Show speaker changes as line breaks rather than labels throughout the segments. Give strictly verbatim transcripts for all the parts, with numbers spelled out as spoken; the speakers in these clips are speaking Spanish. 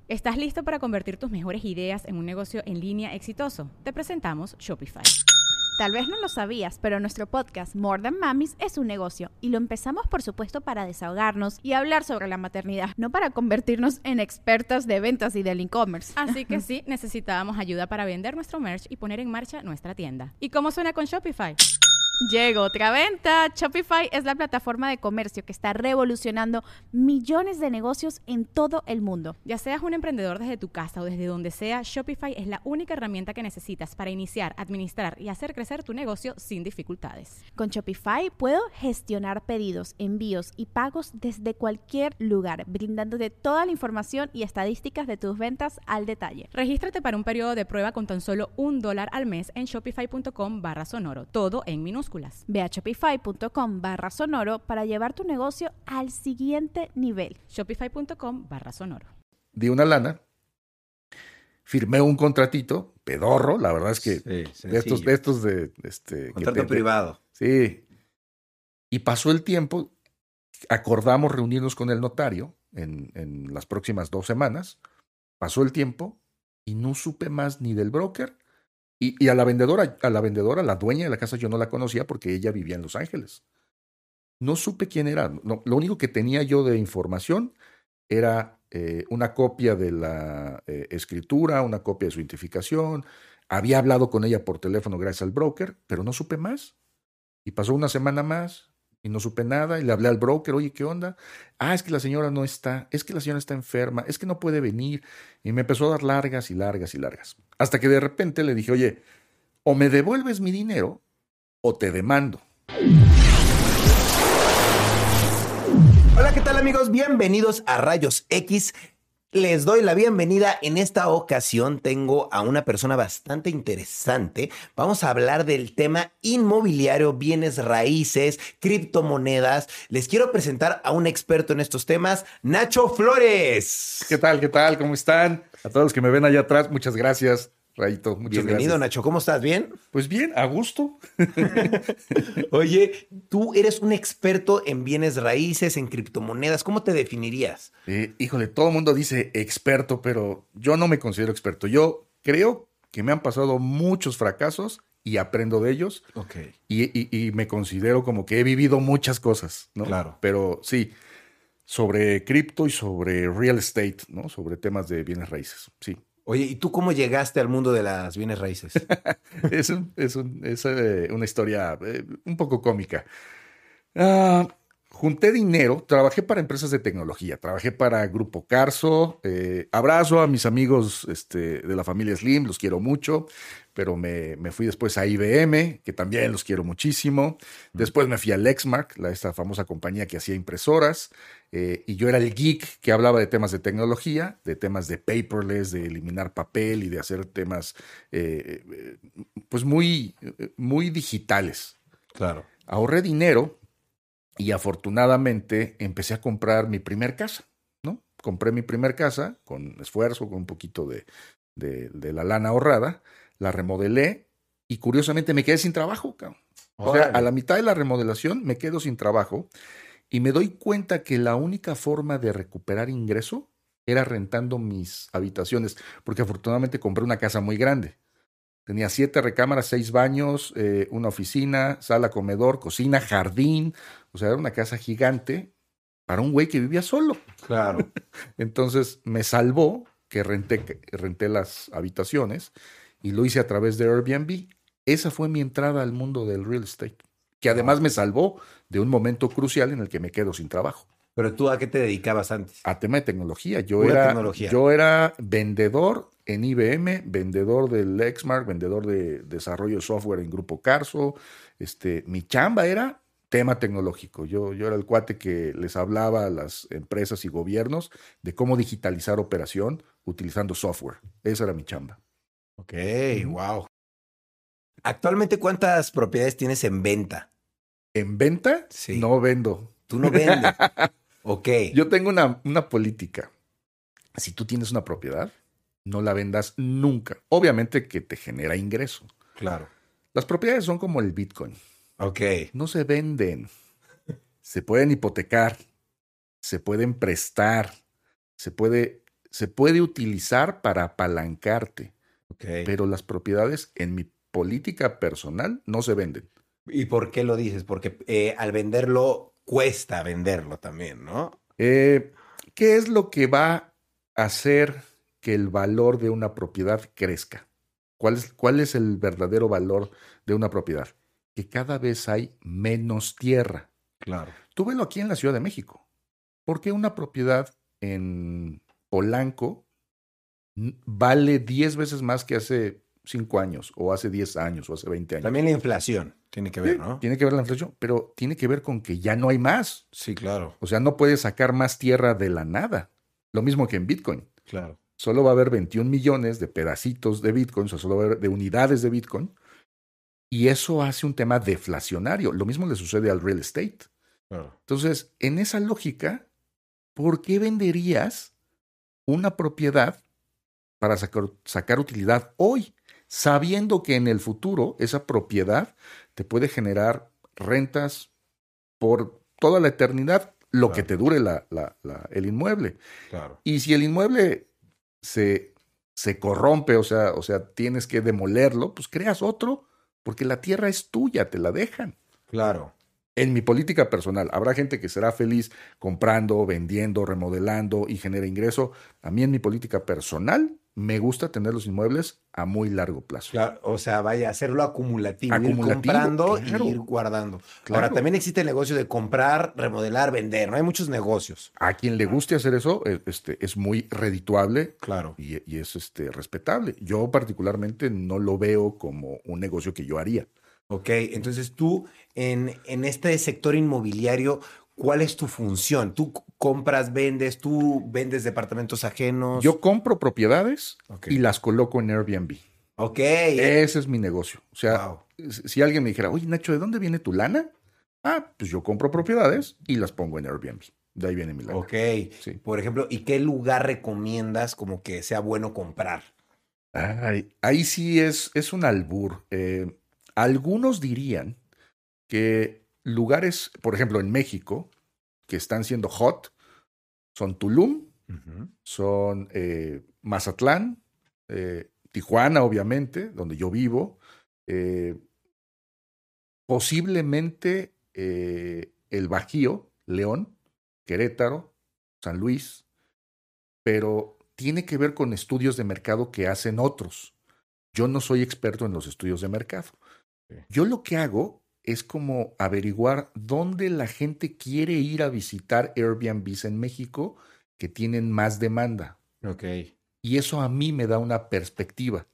¿Estás listo para convertir tus mejores ideas en un negocio en línea exitoso? Te presentamos Shopify.
Tal vez no lo sabías, pero nuestro podcast More Than Mamis es un negocio y lo empezamos por supuesto para desahogarnos y hablar sobre la maternidad, no para convertirnos en expertas de ventas y del e-commerce.
Así que sí, necesitábamos ayuda para vender nuestro merch y poner en marcha nuestra tienda. ¿Y cómo suena con Shopify?
Llegó otra venta. Shopify es la plataforma de comercio que está revolucionando millones de negocios en todo el mundo.
Ya seas un emprendedor desde tu casa o desde donde sea, Shopify es la única herramienta que necesitas para iniciar, administrar y hacer crecer tu negocio sin dificultades.
Con Shopify puedo gestionar pedidos, envíos y pagos desde cualquier lugar, brindándote toda la información y estadísticas de tus ventas al detalle.
Regístrate para un periodo de prueba con tan solo un dólar al mes en shopify.com barra sonoro, todo en minúsculas.
Ve a shopify.com barra sonoro para llevar tu negocio al siguiente nivel.
Shopify.com barra sonoro.
Di una lana, firmé un contratito, pedorro, la verdad es que
sí,
de estos, de estos de... Este,
Contrato
que te,
privado.
Sí. Y pasó el tiempo, acordamos reunirnos con el notario en, en las próximas dos semanas, pasó el tiempo y no supe más ni del broker. Y, y a la vendedora, a la vendedora, la dueña de la casa, yo no la conocía porque ella vivía en Los Ángeles. No supe quién era. No, lo único que tenía yo de información era eh, una copia de la eh, escritura, una copia de su identificación. Había hablado con ella por teléfono gracias al broker, pero no supe más. Y pasó una semana más y no supe nada. Y le hablé al broker, oye, ¿qué onda? Ah, es que la señora no está, es que la señora está enferma, es que no puede venir. Y me empezó a dar largas y largas y largas. Hasta que de repente le dije, oye, o me devuelves mi dinero o te demando.
Hola, ¿qué tal amigos? Bienvenidos a Rayos X. Les doy la bienvenida. En esta ocasión tengo a una persona bastante interesante. Vamos a hablar del tema inmobiliario, bienes raíces, criptomonedas. Les quiero presentar a un experto en estos temas, Nacho Flores.
¿Qué tal? ¿Qué tal? ¿Cómo están? A todos los que me ven allá atrás, muchas gracias. Rayito, muchas
Bienvenido,
gracias.
Nacho. ¿Cómo estás? ¿Bien?
Pues bien, a gusto.
Oye, tú eres un experto en bienes raíces, en criptomonedas. ¿Cómo te definirías?
Eh, híjole, todo el mundo dice experto, pero yo no me considero experto. Yo creo que me han pasado muchos fracasos y aprendo de ellos.
Ok.
Y, y, y me considero como que he vivido muchas cosas, ¿no?
Claro.
Pero sí, sobre cripto y sobre real estate, ¿no? Sobre temas de bienes raíces, sí.
Oye, ¿y tú cómo llegaste al mundo de las bienes raíces?
es un, es, un, es eh, una historia eh, un poco cómica. Uh, junté dinero, trabajé para empresas de tecnología, trabajé para Grupo Carso, eh, abrazo a mis amigos este, de la familia Slim, los quiero mucho, pero me, me fui después a I B M, que también los quiero muchísimo. Después me fui a Lexmark, la, esta famosa compañía que hacía impresoras, eh, y yo era el geek que hablaba de temas de tecnología, de temas de paperless, de eliminar papel y de hacer temas eh, eh, pues muy, muy digitales.
Claro.
Ahorré dinero y afortunadamente empecé a comprar mi primer casa, ¿no? Compré mi primer casa con esfuerzo, con un poquito de, de, de la lana ahorrada, la remodelé y curiosamente me quedé sin trabajo, cabrón. O sea, a la mitad de la remodelación me quedo sin trabajo y me doy cuenta que la única forma de recuperar ingreso era rentando mis habitaciones, porque afortunadamente compré una casa muy grande. Tenía siete recámaras, seis baños, eh, una oficina, sala, comedor, cocina, jardín. O sea, era una casa gigante para un güey que vivía solo.
Claro.
Entonces me salvó que renté, renté las habitaciones y lo hice a través de Airbnb. Esa fue mi entrada al mundo del real estate, que además me salvó de un momento crucial en el que me quedo sin trabajo.
¿Pero tú a qué te dedicabas antes?
A tema de tecnología. Yo
Pura
era,
tecnología.
yo era vendedor en I B M, vendedor del Lexmark, vendedor de desarrollo de software en Grupo Carso. Este, mi chamba era tema tecnológico. Yo, yo era el cuate que les hablaba a las empresas y gobiernos de cómo digitalizar operación utilizando software. Esa era mi chamba.
Ok, uh-huh. Wow. Actualmente, ¿cuántas propiedades tienes en venta?
¿En venta?
Sí.
No vendo.
Tú no vendes. Ok.
Yo tengo una, una política. Si tú tienes una propiedad, no la vendas nunca. Obviamente que te genera ingreso.
Claro.
Las propiedades son como el Bitcoin.
Ok.
No se venden. Se pueden hipotecar. Se pueden prestar. Se puede se puede utilizar para apalancarte,
Okay.
pero las propiedades en mi política personal no se venden.
¿Y por qué lo dices? Porque eh, al venderlo cuesta venderlo también, ¿no?
Eh, ¿Qué es lo que va a hacer que el valor de una propiedad crezca? ¿Cuál es, cuál es el verdadero valor de una propiedad? Que cada vez hay menos tierra.
Claro.
Tú velo aquí en la Ciudad de México. ¿Por qué una propiedad en Polanco n- vale diez veces más que hace cinco años, o hace diez años, o hace veinte años?
También la inflación tiene que ver,
Sí,
¿no?
tiene que ver la inflación, pero tiene que ver con que ya no hay más.
Sí, claro,
O sea, no puedes sacar más tierra de la nada. Lo mismo que en Bitcoin.
claro.
Solo va a haber veintiún millones de pedacitos de Bitcoin, o sea, solo va a haber de unidades de Bitcoin. Y eso hace un tema deflacionario. Lo mismo le sucede al real estate.
Claro.
Entonces, en esa lógica, ¿por qué venderías una propiedad para sacar, sacar utilidad hoy, sabiendo que en el futuro esa propiedad te puede generar rentas por toda la eternidad, lo
Claro.
que te dure la, la, la, el inmueble?
Claro.
Y si el inmueble se, se corrompe, o sea, o sea, tienes que demolerlo, pues creas otro, porque la tierra es tuya, te la dejan.
Claro.
En mi política personal, habrá gente que será feliz comprando, vendiendo, remodelando y genera ingreso. A mí en mi política personal me gusta tener los inmuebles a muy largo plazo.
Claro, o sea, vaya, hacerlo acumulativo, ir
Acumulativo,
comprando
claro.
y ir guardando.
Claro.
Ahora, también existe el negocio de comprar, remodelar, vender, ¿no? Hay muchos negocios.
A quien le guste hacer eso, eh, este, es muy redituable
Claro.
y, y es este, respetable. Yo particularmente no lo veo como un negocio que yo haría.
Ok, entonces tú en, en este sector inmobiliario, ¿cuál es tu función? ¿Tú c- compras, vendes, tú vendes departamentos ajenos?
Yo compro propiedades
Ok.
y las coloco en Airbnb.
Ok.
Ese es mi negocio. O sea,
Wow.
si alguien me dijera, oye, Nacho, ¿de dónde viene tu lana? Ah, pues yo compro propiedades y las pongo en Airbnb. De ahí viene mi lana.
Ok.
Sí.
Por ejemplo, ¿y qué lugar recomiendas como que sea bueno comprar?
Ay, ahí sí es, es un albur. Eh, algunos dirían que lugares, por ejemplo, en México, que están siendo hot, son Tulum,
Ujú.
son eh, Mazatlán, eh, Tijuana, obviamente, donde yo vivo, eh, posiblemente eh, el Bajío, León, Querétaro, San Luis, pero tiene que ver con estudios de mercado que hacen otros. Yo no soy experto en los estudios de mercado.
Sí.
Yo lo que hago es como averiguar dónde la gente quiere ir a visitar Airbnbs en México que tienen más demanda.
Ok.
Y eso a mí me da una perspectiva.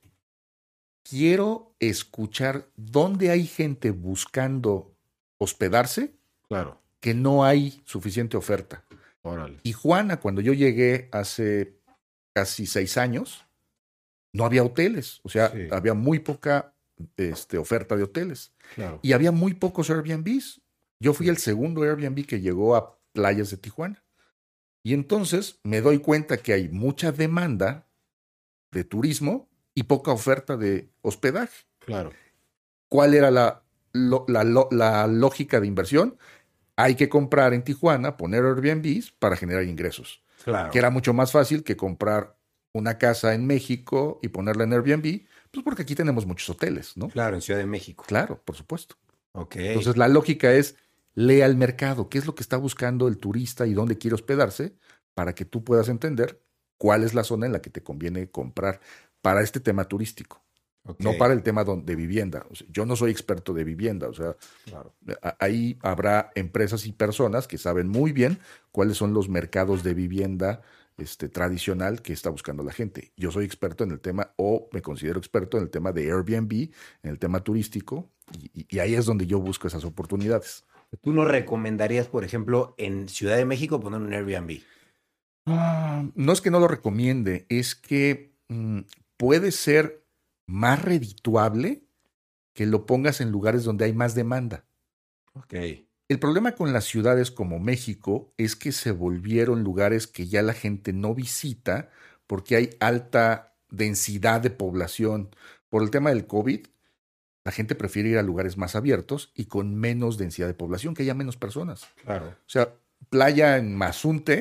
Quiero escuchar dónde hay gente buscando hospedarse
Claro.
que no hay suficiente oferta.
Órale.
Tijuana, cuando yo llegué hace casi seis años, no había hoteles. O sea,
Sí.
había muy poca este, oferta de hoteles.
Claro.
Y había muy pocos Airbnbs. Yo fui
Sí.
el segundo Airbnb que llegó a playas de Tijuana. Y entonces me doy cuenta que hay mucha demanda de turismo y poca oferta de hospedaje.
Claro.
¿Cuál era la, lo- la, lo- la lógica de inversión? Hay que comprar en Tijuana, poner Airbnbs para generar ingresos.
Claro.
Que era mucho más fácil que comprar una casa en México y ponerla en Airbnb, pues porque aquí tenemos muchos hoteles, ¿no?
Claro, en Ciudad de México.
Claro, por supuesto.
Ok.
Entonces la lógica es, lea el mercado, qué es lo que está buscando el turista y dónde quiere hospedarse, para que tú puedas entender cuál es la zona en la que te conviene comprar para este tema turístico,
Ok.
no para el tema don- de vivienda. O sea, yo no soy experto de vivienda, o sea,
Claro.
a- ahí habrá empresas y personas que saben muy bien cuáles son los mercados de vivienda este, tradicional que está buscando la gente. Yo soy experto en el tema, o me considero experto en el tema de Airbnb, en el tema turístico, y, y ahí es donde yo busco esas oportunidades.
¿Tú no recomendarías, por ejemplo, en Ciudad de México poner un Airbnb?
Ah, no es que no lo recomiende, es que mm, puede ser más redituable que lo pongas en lugares donde hay más demanda.
Ok.
El problema con las ciudades como México es que se volvieron lugares que ya la gente no visita porque hay alta densidad de población. Por el tema del COVID, la gente prefiere ir a lugares más abiertos y con menos densidad de población, que haya menos personas.
Claro.
O sea, playa en Mazunte,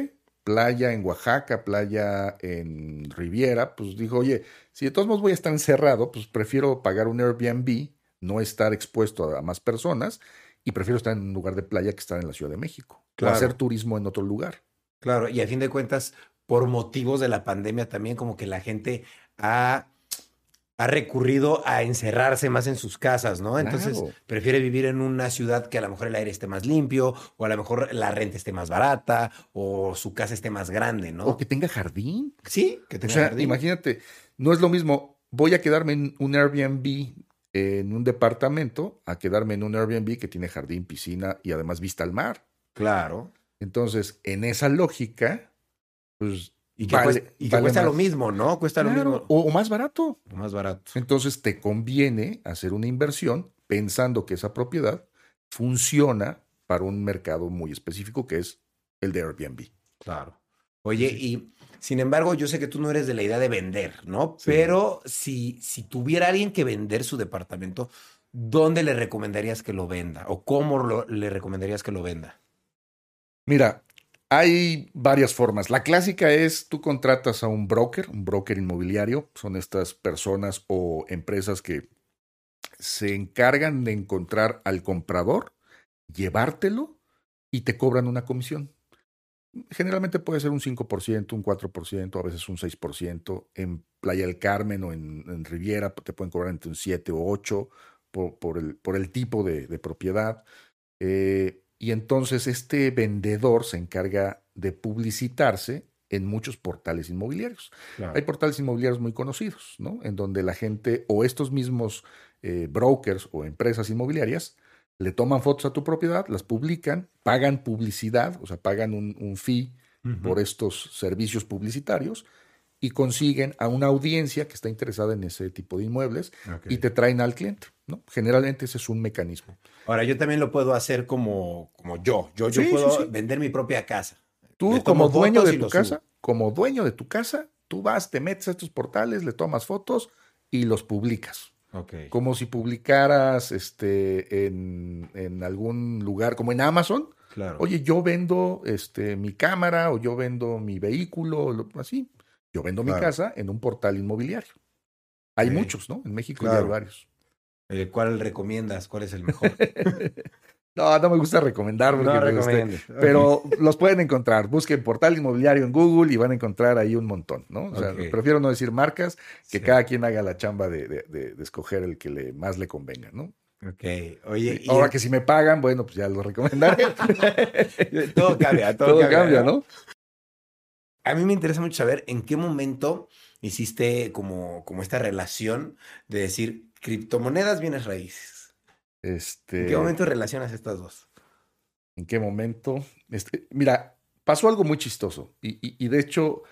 playa en Oaxaca, playa en Riviera, pues dijo, oye, si de todos modos voy a estar encerrado, pues prefiero pagar un Airbnb, no estar expuesto a más personas, y prefiero estar en un lugar de playa que estar en la Ciudad de México.
Claro.
O hacer turismo en otro lugar.
Claro, y a fin de cuentas, por motivos de la pandemia también como que la gente ha, ha recurrido a encerrarse más en sus casas, ¿no? Entonces
Claro.
prefiere vivir en una ciudad que a lo mejor el aire esté más limpio, o a lo mejor la renta esté más barata, o su casa esté más grande, ¿no?
O que tenga jardín.
Sí, que
O
tenga
sea,
jardín.
imagínate, no es lo mismo, voy a quedarme en un Airbnb en un departamento a quedarme en un Airbnb que tiene jardín, piscina y además vista al mar.
Claro.
Entonces, en esa lógica, pues
Y que,
vale-
cuesta, y que
vale
cuesta lo
más.
mismo, ¿no? Cuesta lo
Claro,
mismo.
o, o más barato.
Más barato.
Entonces, te conviene hacer una inversión pensando que esa propiedad funciona para un mercado muy específico que es el de Airbnb.
Claro. Oye, y sin embargo, yo sé que tú no eres de la idea de vender, ¿no?
Sí.
Pero si, si tuviera alguien que vender su departamento, ¿dónde le recomendarías que lo venda? ¿O cómo lo- le recomendarías que lo venda?
Mira, hay varias formas. La clásica es tú contratas a un broker, un broker inmobiliario. Son estas personas o empresas que se encargan de encontrar al comprador, llevártelo y te cobran una comisión. Generalmente puede ser un cinco por ciento, un cuatro por ciento, a veces un seis por ciento. En Playa del Carmen o en, en Riviera te pueden cobrar entre un siete o ocho por, por, el, por el tipo de, de propiedad. Eh, y entonces este vendedor se encarga de publicitarse en muchos portales inmobiliarios.
Claro.
Hay portales inmobiliarios muy conocidos, ¿no? En donde la gente o estos mismos eh, brokers o empresas inmobiliarias le toman fotos a tu propiedad, las publican, pagan publicidad, o sea, pagan un, un fee
Ujú.
por estos servicios publicitarios y consiguen a una audiencia que está interesada en ese tipo de inmuebles
Ok.
y te traen al cliente, ¿no? Generalmente ese es un mecanismo.
Ahora, yo también lo puedo hacer como, como yo. Yo, yo
Sí,
puedo
sí, sí.
vender mi propia casa.
Tú
Le tomo
como dueño
fotos
de
y
tu
lo
casa,
subo.
como dueño de tu casa, tú vas, te metes a estos portales, le tomas fotos y los publicas.
Ok.
Como si publicaras este, en, en algún lugar, como en Amazon.
Claro.
Oye, yo vendo este, mi cámara o yo vendo mi vehículo, o lo- así. Yo vendo mi
Claro.
casa en un portal inmobiliario. Hay
Ok.
muchos, ¿no? En México ya
Claro.
hay varios.
Eh, ¿Cuál recomiendas? ¿Cuál es el mejor?
No, no me gusta recomendar porque
No
pues, este,
recomiendes.
pero los pueden encontrar. Busquen portal inmobiliario en Google y van a encontrar ahí un montón, ¿no? O sea,
Ok.
prefiero no decir marcas, que
Sí.
cada quien haga la chamba de, de- de- de escoger el que le, más le convenga, ¿no?
Ok. Oye, y
Ahora que si me pagan, bueno, pues ya lo recomendaré.
todo cambia, todo,
Todo
cambia,
cambia, ¿no?
A mí me interesa mucho saber en qué momento hiciste como, como esta relación de decir criptomonedas, bienes raíces.
Este,
¿En qué momento relacionas estas dos?
¿En qué momento? Este, mira, pasó algo muy chistoso. Y, y- y de hecho,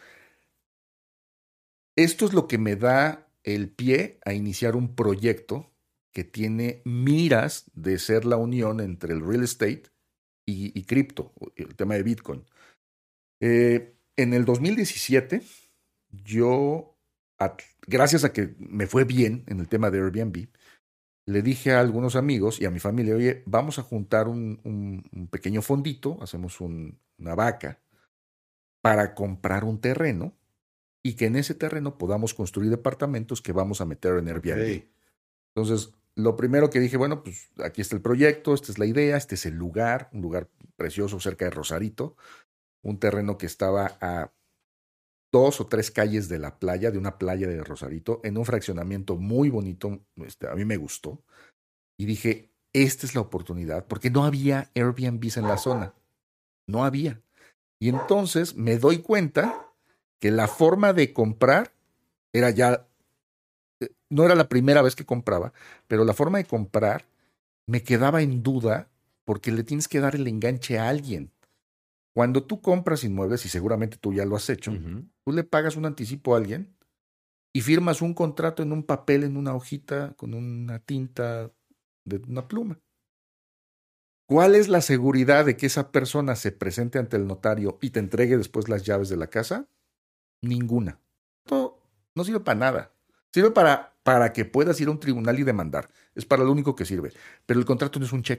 esto es lo que me da el pie a iniciar un proyecto que tiene miras de ser la unión entre el real estate y, y cripto, el tema de Bitcoin. Eh, en el dos mil diecisiete, yo, a- gracias a que me fue bien en el tema de Airbnb, le dije a algunos amigos y a mi familia, oye, vamos a juntar un, un- un pequeño fondito, hacemos un- una vaca para comprar un terreno y que en ese terreno podamos construir departamentos que vamos a meter en Airbnb.
Ok.
Entonces, lo primero que dije, bueno, pues aquí está el proyecto, esta es la idea, este es el lugar, un lugar precioso cerca de Rosarito, un terreno que estaba a dos o tres calles de la playa, de una playa de Rosarito, en un fraccionamiento muy bonito, este, a mí me gustó, y dije, esta es la oportunidad, porque no había Airbnbs en la zona, no había. Y entonces me doy cuenta que la forma de comprar era ya, eh, no era la primera vez que compraba, pero la forma de comprar me quedaba en duda porque le tienes que dar el enganche a alguien. Cuando tú compras inmuebles, y seguramente tú ya lo has hecho,
Ujú.
tú le pagas un anticipo a alguien y firmas un contrato en un papel, en una hojita, con una tinta de una pluma. ¿Cuál es la seguridad de que esa persona se presente ante el notario y te entregue después las llaves de la casa? Ninguna. Esto no sirve para nada. Sirve para, para que puedas ir a un tribunal y demandar. Es para lo único que sirve. Pero el contrato no es un cheque.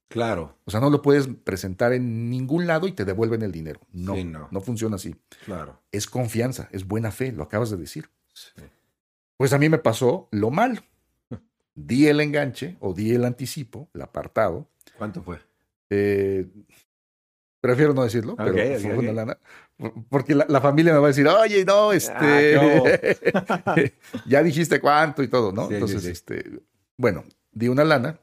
Claro.
O sea, no lo puedes presentar en ningún lado y te devuelven el dinero. No,
Sí, no.
no funciona así.
Claro.
Es confianza, es buena fe, lo acabas de decir.
Sí.
Pues a mí me pasó lo malo. Di el enganche o di el anticipo, el apartado.
¿Cuánto fue?
Eh, prefiero no decirlo,
Ok,
pero
ok,
fue
ok.
una lana. Porque la, la familia me va a decir, oye, no, este,
Ah,
ya dijiste cuánto y todo, ¿no?
Sí,
Entonces,
sí, sí.
este, bueno, di una lana,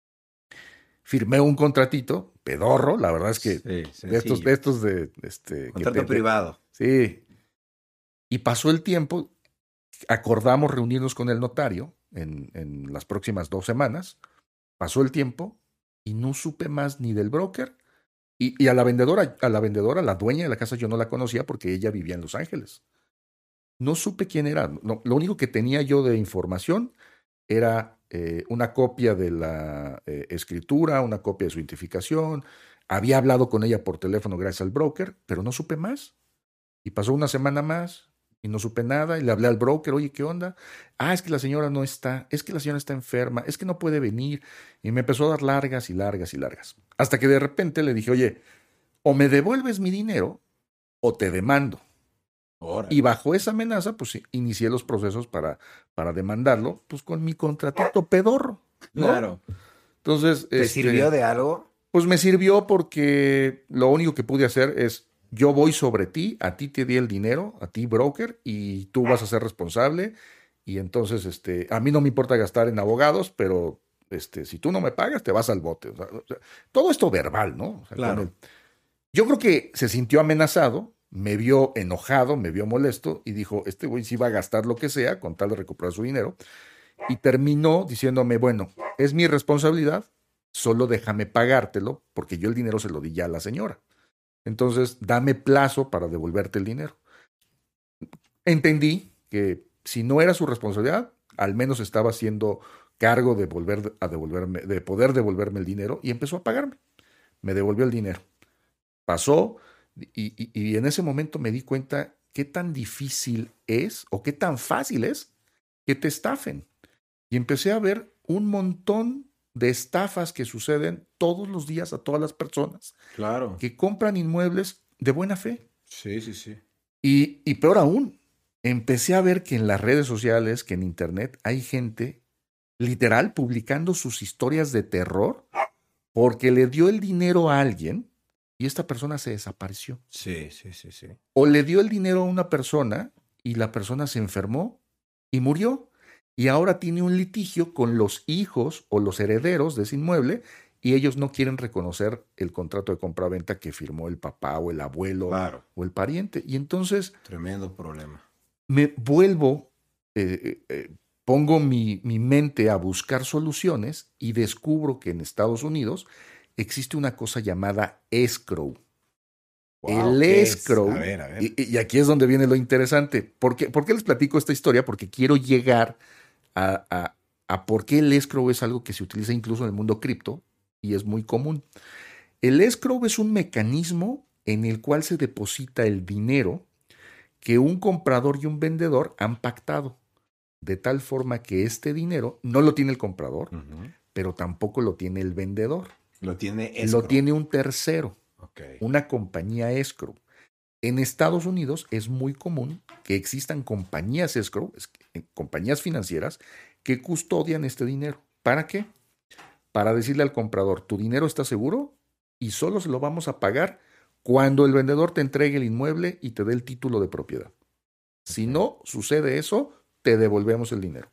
firmé un contratito, pedorro, la verdad es que
Sí,
de estos,
sencillo.
de estos de, este, que
Contrato
te-
privado.
Sí. Y pasó el tiempo, acordamos reunirnos con el notario en, en las próximas dos semanas. Pasó el tiempo y no supe más ni del broker. Y, y a la vendedora, a la vendedora, la dueña de la casa, yo no la conocía porque ella vivía en Los Ángeles. No supe quién era. No, lo único que tenía yo de información era eh, una copia de la eh, escritura, una copia de su identificación. Había hablado con ella por teléfono gracias al broker, pero no supe más. Y pasó una semana más y no supe nada. Y le hablé al broker, oye, ¿qué onda? Ah, es que la señora no está, es que la señora está enferma, es que no puede venir. Y me empezó a dar largas y largas y largas. Hasta que de repente le dije, oye, o me devuelves mi dinero o te demando.
Órale.
Y bajo esa amenaza, pues inicié los procesos para, para demandarlo, pues con mi contratito pedorro, ¿no?
Claro.
Entonces,
¿Te
este,
sirvió de algo?
pues me sirvió porque lo único que pude hacer es, yo voy sobre ti, a ti te di el dinero, a ti broker, y tú vas a ser responsable. Y entonces, este, a mí no me importa gastar en abogados, pero este, si tú no me pagas, te vas al bote. O sea, o sea, todo esto verbal, ¿no? O sea,
Claro.
con el- Yo creo que se sintió amenazado, me vio enojado, me vio molesto y dijo, este güey sí va a gastar lo que sea con tal de recuperar su dinero. Y terminó diciéndome, bueno, es mi responsabilidad, solo déjame pagártelo porque yo el dinero se lo di ya a la señora. Entonces, dame plazo para devolverte el dinero. Entendí que si no era su responsabilidad, al menos estaba haciendo cargo de volver a devolverme, de poder devolverme el dinero y empezó a pagarme. Me devolvió el dinero. Pasó y, y, y en ese momento me di cuenta qué tan difícil es o qué tan fácil es que te estafen. Y empecé a ver un montón de estafas que suceden todos los días a todas las personas
Claro.
que compran inmuebles de buena fe.
Sí, sí, sí.
Y, y peor aún, empecé a ver que en las redes sociales, que en internet, hay gente literal publicando sus historias de terror porque le dio el dinero a alguien y esta persona se desapareció.
Sí, sí, sí, sí.
O le dio el dinero a una persona y la persona se enfermó y murió. Y ahora tiene un litigio con los hijos o los herederos de ese inmueble y ellos no quieren reconocer el contrato de compraventa que firmó el papá o el abuelo
Claro.
o el pariente. Y entonces
Tremendo problema.
me vuelvo, eh, eh, pongo mi, mi mente a buscar soluciones y descubro que en Estados Unidos existe una cosa llamada escrow.
Wow,
El
¿qué es?
escrow,
A ver, a ver.
Y, y aquí es donde viene lo interesante. ¿Por qué, por qué les platico esta historia? Porque quiero llegar a, a, a por qué el escrow es algo que se utiliza incluso en el mundo cripto y es muy común. El escrow es un mecanismo en el cual se deposita el dinero que un comprador y un vendedor han pactado, de tal forma que este dinero no lo tiene el comprador,
Ujú.
pero tampoco lo tiene el vendedor.
Lo tiene escrow.
Lo tiene un tercero,
Ok.
una compañía escrow. En Estados Unidos es muy común que existan compañías escrow, es- compañías financieras, que custodian este dinero. ¿Para qué? Para decirle al comprador, tu dinero está seguro y solo se lo vamos a pagar cuando el vendedor te entregue el inmueble y te dé el título de propiedad. Si no sucede eso, te devolvemos el dinero.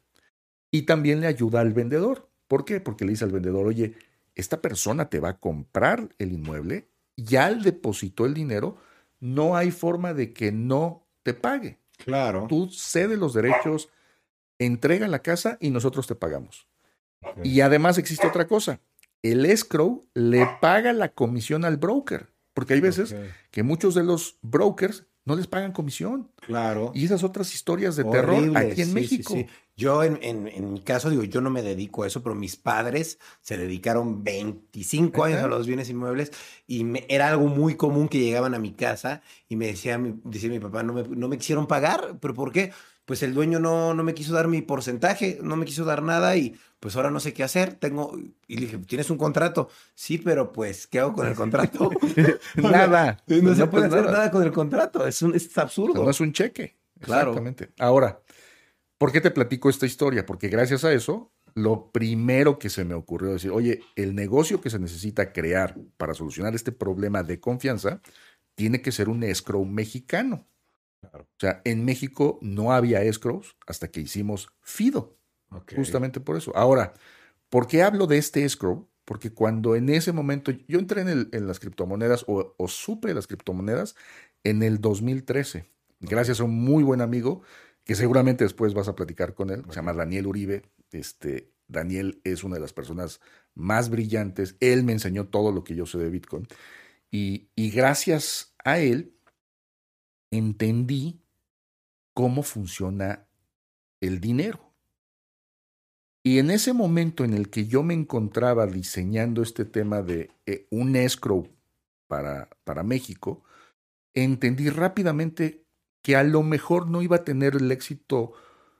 Y también le ayuda al vendedor. ¿Por qué? Porque le dice al vendedor, oye, esta persona te va a comprar el inmueble, ya le depositó el dinero, no hay forma de que no te pague.
Claro.
Tú cede los derechos, entrega la casa y nosotros te pagamos.
Ok.
Y además existe otra cosa. El escrow le paga la comisión al broker, porque hay veces
Ok.
que muchos de los brokers no les pagan comisión.
Claro.
Y esas otras historias de terror
Horrible,
aquí en
sí,
México.
sí, sí. Yo en, en, en mi caso, digo, yo no me dedico a eso, pero mis padres se dedicaron veinticinco años
Ajá.
a los bienes inmuebles y me- era algo muy común que llegaban a mi casa y me decía mi, decía mi papá, no me, no me quisieron pagar, ¿pero por qué? pues el dueño no, no me quiso dar mi porcentaje, no me quiso dar nada y pues ahora no sé qué hacer. Tengo, y le dije, ¿tienes un contrato? Sí, pero pues, ¿qué hago con el contrato?
Nada.
No, no se
No,
puede
pues,
hacer
nada.
nada con el contrato, es, un, es absurdo.
No es un cheque.
Claro.
Exactamente. Ahora, ¿por qué te platico esta historia? Porque gracias a eso, lo primero que se me ocurrió decir, oye, el negocio que se necesita crear para solucionar este problema de confianza tiene que ser un escrow mexicano.
Claro.
O sea, en México no había escrows hasta que hicimos Fido.
Okay.
Justamente por eso. Ahora, ¿por qué hablo de este escrow? Porque cuando en ese momento yo entré en, el, en las criptomonedas o, o supe de las criptomonedas en el dos mil trece, gracias a un muy buen amigo que seguramente después vas a platicar con él, okay. Se llama Daniel Uribe. Este, Daniel es una de las personas más brillantes. Él me enseñó todo lo que yo sé de Bitcoin. Y, y gracias a él entendí cómo funciona el dinero. Y en ese momento en el que yo me encontraba diseñando este tema de eh, un escrow para, para México, entendí rápidamente que a lo mejor no iba a tener el éxito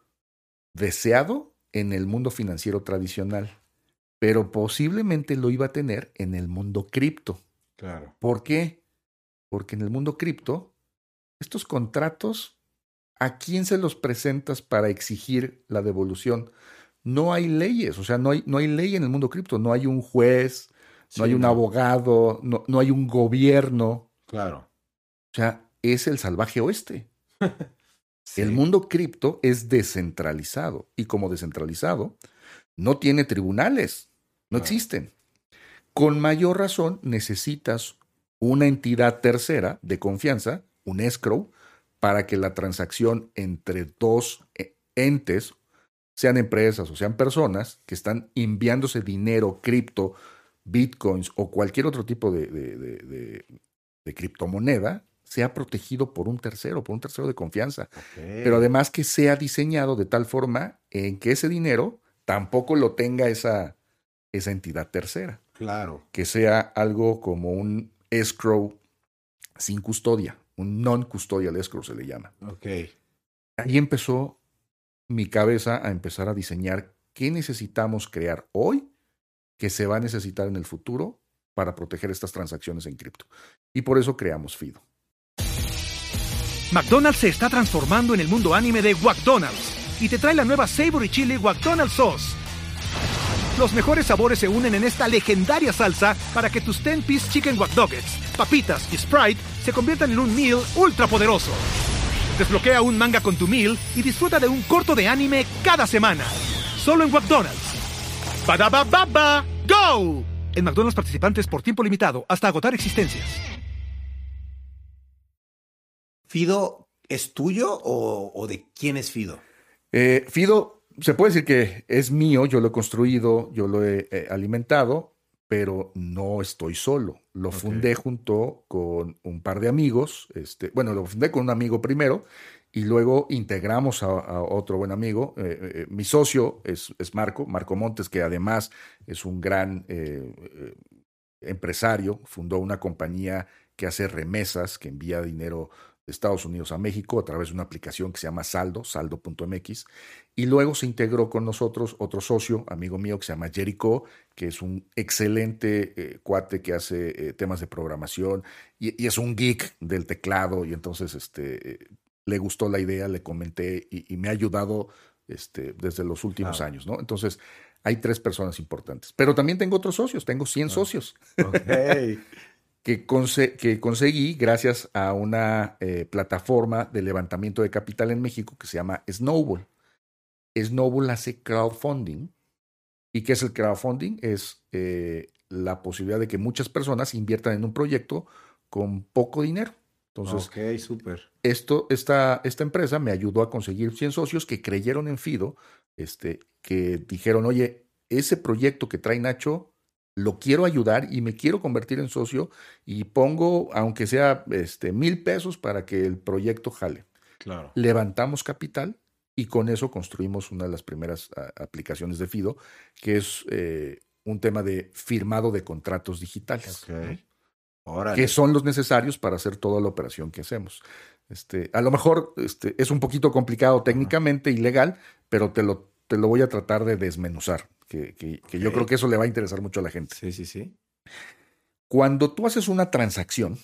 deseado en el mundo financiero tradicional, pero posiblemente lo iba a tener en el mundo cripto.
Claro.
¿Por qué? Porque en el mundo cripto, estos contratos, ¿a quién se los presentas para exigir la devolución? No hay leyes, o sea, no hay, no hay ley en el mundo cripto, no hay un juez,
Sí,
no hay un
no.
abogado, no, no hay un gobierno.
Claro.
O sea, es el salvaje oeste.
Sí.
El mundo cripto es descentralizado y como descentralizado no tiene tribunales, no
Claro.
existen. Con mayor razón necesitas una entidad tercera de confianza, un escrow, para que la transacción entre dos entes, sean empresas o sean personas, que están enviándose dinero, cripto, bitcoins o cualquier otro tipo de, de, de, de, de criptomoneda, sea protegido por un tercero, por un tercero de confianza.
Okay.
Pero además que sea diseñado de tal forma en que ese dinero tampoco lo tenga esa, esa entidad tercera.
Claro.
Que sea algo como un escrow sin custodia, un non-custodial escrow se le llama.
Ok.
Ahí empezó mi cabeza a empezar a diseñar qué necesitamos crear hoy que se va a necesitar en el futuro para proteger estas transacciones en cripto. Y por eso creamos Fido.
McDonald's se está transformando en el mundo anime de McDonald's y te trae la nueva Savory Chili McDonald's Sauce. Los mejores sabores se unen en esta legendaria salsa para que tus ten-piece chicken wack doggets, papitas y Sprite se conviertan en un meal ultra poderoso. Desbloquea un manga con tu meal y disfruta de un corto de anime cada semana. Solo en McDonald's. ¡Badabababa! ¡Go! En McDonald's participantes por tiempo limitado hasta agotar existencias.
¿Fido es tuyo o, o de quién es Fido?
Eh, Fido, se puede decir que es mío, yo lo he construido, yo lo he eh, alimentado, pero no estoy solo. Lo
Okay.
fundé junto con un par de amigos. Este, bueno, lo fundé con un amigo primero y luego integramos a, a otro buen amigo. Eh, eh, mi socio es, es Marco, Marco Montes, que además es un gran eh, eh, empresario. Fundó una compañía que hace remesas, que envía dinero de Estados Unidos a México a través de una aplicación que se llama Saldo, saldo punto m x, y luego se integró con nosotros otro socio, amigo mío, que se llama Jericho, que es un excelente eh, cuate que hace eh, temas de programación y, y es un geek del teclado, y entonces este, eh, le gustó la idea, le comenté y, y me ha ayudado este, desde los últimos
Claro.
años, ¿no? Entonces hay tres personas importantes, pero también tengo otros socios, tengo cien
Claro.
socios.
Ok.
Que, conse que conseguí gracias a una eh, plataforma de levantamiento de capital en México que se llama Snowball. Snowball hace crowdfunding. ¿Y qué es el crowdfunding? Es eh, la posibilidad de que muchas personas inviertan en un proyecto con poco dinero. Entonces,
Ok, súper.
esto, esta, esta empresa me ayudó a conseguir cien socios que creyeron en Fido, este, que dijeron, oye, ese proyecto que trae Nacho, lo quiero ayudar y me quiero convertir en socio y pongo, aunque sea este, mil pesos para que el proyecto jale.
Claro.
Levantamos capital y con eso construimos una de las primeras a, aplicaciones de Fido, que es eh, un tema de firmado de contratos digitales,
Ok.
¿no?
Órale.
Que son los necesarios para hacer toda la operación que hacemos. Este, a lo mejor este, es un poquito complicado técnicamente y legal, pero te lo, te lo voy a tratar de desmenuzar, que, que, que yo
Ok.
creo que eso le va a interesar mucho a la gente.
Sí, sí, sí.
Cuando tú haces una transacción,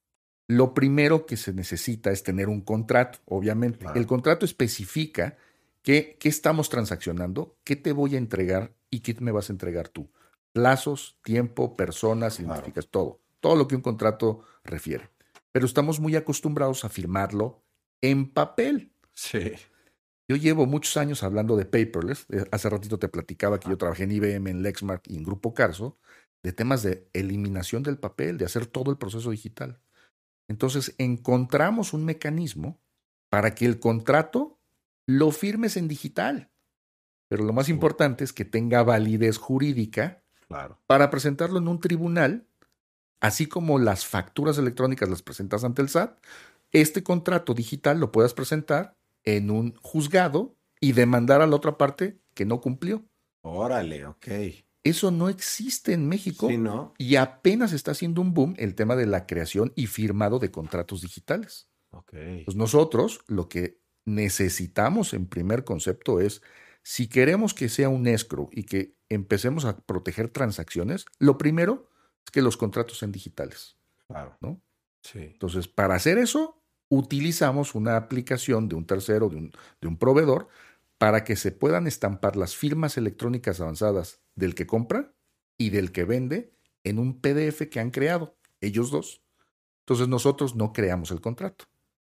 lo primero que se necesita es tener un contrato, obviamente.
Claro.
El contrato especifica qué, qué estamos transaccionando, qué te voy a entregar y qué me vas a entregar tú. Plazos, tiempo, personas,
Claro.
identificas todo. Todo lo que un contrato refiere. Pero estamos muy acostumbrados a firmarlo en papel.
Sí.
Yo llevo muchos años hablando de paperless. Eh, Hace ratito te platicaba que yo trabajé en I B M, en Lexmark y en Grupo Carso, de temas de eliminación del papel, de hacer todo el proceso digital. Entonces, encontramos un mecanismo para que el contrato lo firmes en digital. Pero lo más importante es que tenga validez jurídica
Claro.
para presentarlo en un tribunal, así como las facturas electrónicas las presentas ante el S A T. Este contrato digital lo puedas presentar en un juzgado y demandar a la otra parte que no cumplió.
Órale, ok.
Eso no existe en México.
Sí, ¿no?
Y apenas está haciendo un boom el tema de la creación y firmado de contratos digitales.
Ok.
Pues nosotros lo que necesitamos en primer concepto es, si queremos que sea un escrow y que empecemos a proteger transacciones, lo primero es que los contratos sean digitales,
Claro.
¿no?
Sí.
Entonces, para hacer eso, utilizamos una aplicación de un tercero, de un, de un proveedor, para que se puedan estampar las firmas electrónicas avanzadas del que compra y del que vende en un P D F que han creado, ellos dos. Entonces nosotros no creamos el contrato.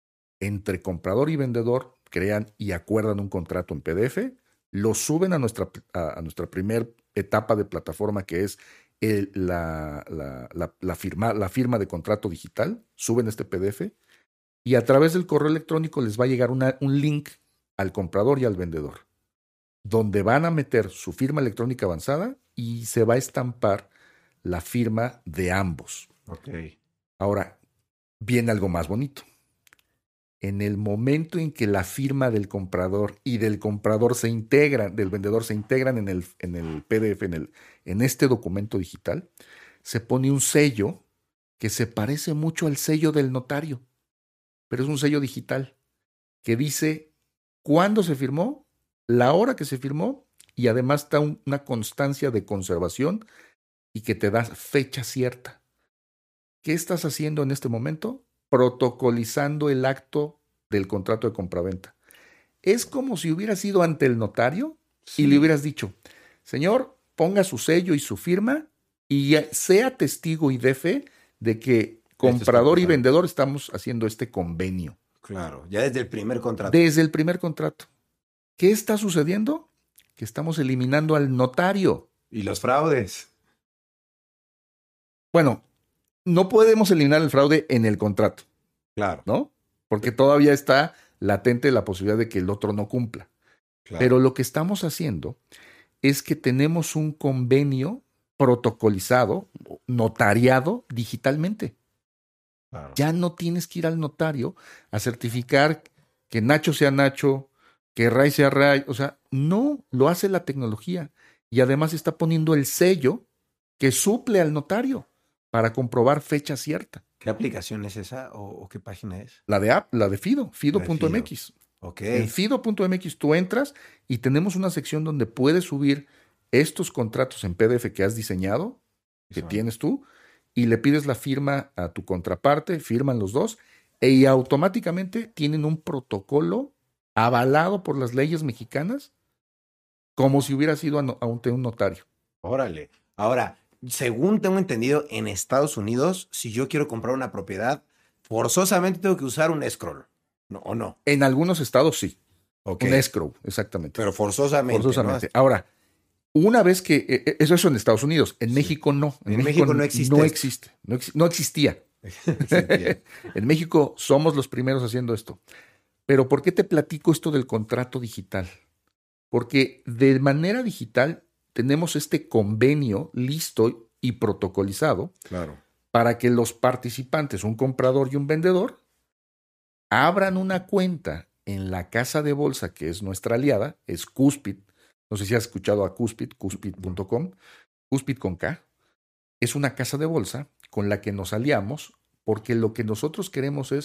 Entre comprador y vendedor crean y acuerdan un contrato en P D F, lo suben a nuestra, a, a nuestra primer etapa de plataforma, que es el, la, la, la, la, firma, la firma de contrato digital, suben este P D F y a través del correo electrónico les va a llegar una, un link al comprador y al vendedor, donde van a meter su firma electrónica avanzada y se va a estampar la firma de ambos.
Ok.
Ahora, viene algo más bonito. En el momento en que la firma del comprador y del comprador se integran, del vendedor se integran en el, en el P D F, en, el, en este documento digital, se pone un sello que se parece mucho al sello del notario, pero es un sello digital que dice cuándo se firmó, la hora que se firmó y además está un, una constancia de conservación y que te da fecha cierta. ¿Qué estás haciendo en este momento? Protocolizando el acto del contrato de compraventa. Es como si hubieras ido ante el notario
Sí.
y le hubieras dicho, señor, ponga su sello y su firma y sea testigo y dé fe de que comprador y
pasando.
vendedor estamos haciendo este convenio.
Claro. Ya desde el primer contrato.
Desde el primer contrato. ¿Qué está sucediendo? Que estamos eliminando al notario.
Y los fraudes.
Bueno, no podemos eliminar el fraude en el contrato,
Claro.
¿no? Porque todavía está latente la posibilidad de que el otro no cumpla.
Claro.
Pero lo que estamos haciendo es que tenemos un convenio protocolizado, notariado digitalmente.
Claro.
Ya no tienes que ir al notario a certificar que Nacho sea Nacho, que Ray sea Ray. O sea, no, lo hace la tecnología. Y además está poniendo el sello que suple al notario para comprobar fecha cierta.
¿Qué aplicación es esa o, o qué página es?
La de app, la de Fido, fido punto m x.
Ok.
En fido punto m x tú entras y tenemos una sección donde puedes subir estos contratos en P D F que has diseñado, que
Son-
tienes tú, y le pides la firma a tu contraparte, firman los dos, y automáticamente tienen un protocolo avalado por las leyes mexicanas, como si hubiera sido a, no- a un, un notario.
Órale. Ahora, según tengo entendido, en Estados Unidos, si yo quiero comprar una propiedad, forzosamente tengo que usar un escrow. ¿No? ¿O no?
En algunos estados sí,
Ok.
un escrow, exactamente.
Pero forzosamente.
Forzosamente.
¿no?
Ahora, una vez que, eh, eso es en Estados Unidos, en
Sí.
México no.
En México no existe
No
esto.
existe, no, ex- no existía.
Sí, entiendo.
En México somos los primeros haciendo esto. Pero ¿por qué te platico esto del contrato digital? Porque de manera digital tenemos este convenio listo y protocolizado
Claro.
para que los participantes, un comprador y un vendedor, abran una cuenta en la casa de bolsa que es nuestra aliada, es Cuspid. No sé si has escuchado a Cuspid, cuspid punto com, Cuspid con K. Es una casa de bolsa con la que nos aliamos porque lo que nosotros queremos es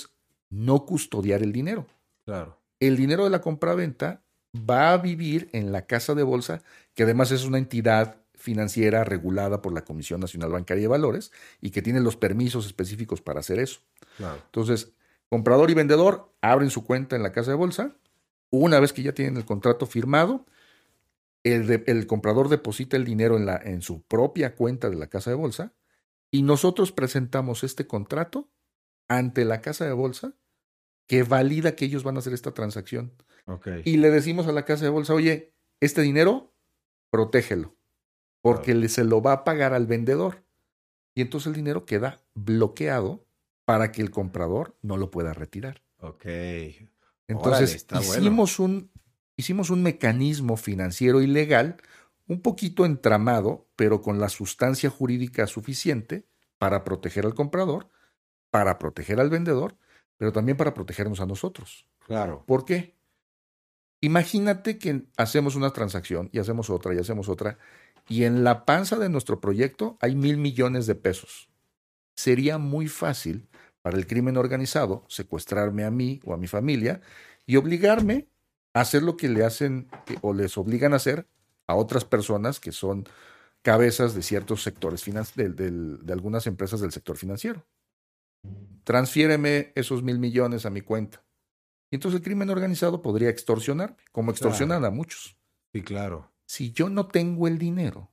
no custodiar el dinero.
Claro.
El dinero de la compraventa va a vivir en la casa de bolsa, que además es una entidad financiera regulada por la Comisión Nacional Bancaria de Valores y que tiene los permisos específicos para hacer eso.
Claro.
Entonces, comprador y vendedor abren su cuenta en la casa de bolsa. Una vez que ya tienen el contrato firmado, el, de, el comprador deposita el dinero en, la, en su propia cuenta de la casa de bolsa y nosotros presentamos este contrato ante la casa de bolsa que valida que ellos van a hacer esta transacción.
Okay.
Y le decimos a la casa de bolsa, oye, este dinero, protégelo, porque
Claro.
le, se lo va a pagar al vendedor. Y entonces el dinero queda bloqueado para que el comprador no lo pueda retirar.
Ok.
Entonces,
Órale, está
hicimos, bueno. un, hicimos un mecanismo financiero y legal un poquito entramado, pero con la sustancia jurídica suficiente para proteger al comprador, para proteger al vendedor, pero también para protegernos a nosotros.
Claro.
¿Por qué? Imagínate que hacemos una transacción y hacemos otra y hacemos otra, y en la panza de nuestro proyecto hay mil millones de pesos. Sería muy fácil para el crimen organizado secuestrarme a mí o a mi familia y obligarme a hacer lo que le hacen o les obligan a hacer a otras personas que son cabezas de ciertos sectores finan- de, de, de algunas empresas del sector financiero. Transfiéreme esos mil millones a mi cuenta. Y entonces el crimen organizado podría extorsionarme, como extorsionan
Claro.
a muchos.
Sí, claro.
Si yo no tengo el dinero,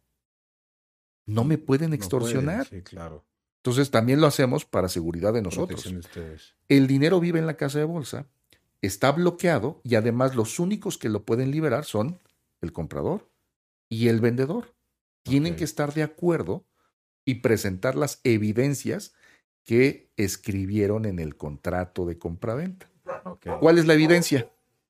no me pueden
No
extorsionar.
puede, sí, claro.
Entonces también lo hacemos para seguridad de nosotros.
Protección de ustedes.
El dinero vive en la casa de bolsa, está bloqueado y además los únicos que lo pueden liberar son el comprador y el vendedor. Tienen
Ok.
que estar de acuerdo y presentar las evidencias que escribieron en el contrato de compraventa.
Ok.
¿Cuál es la evidencia?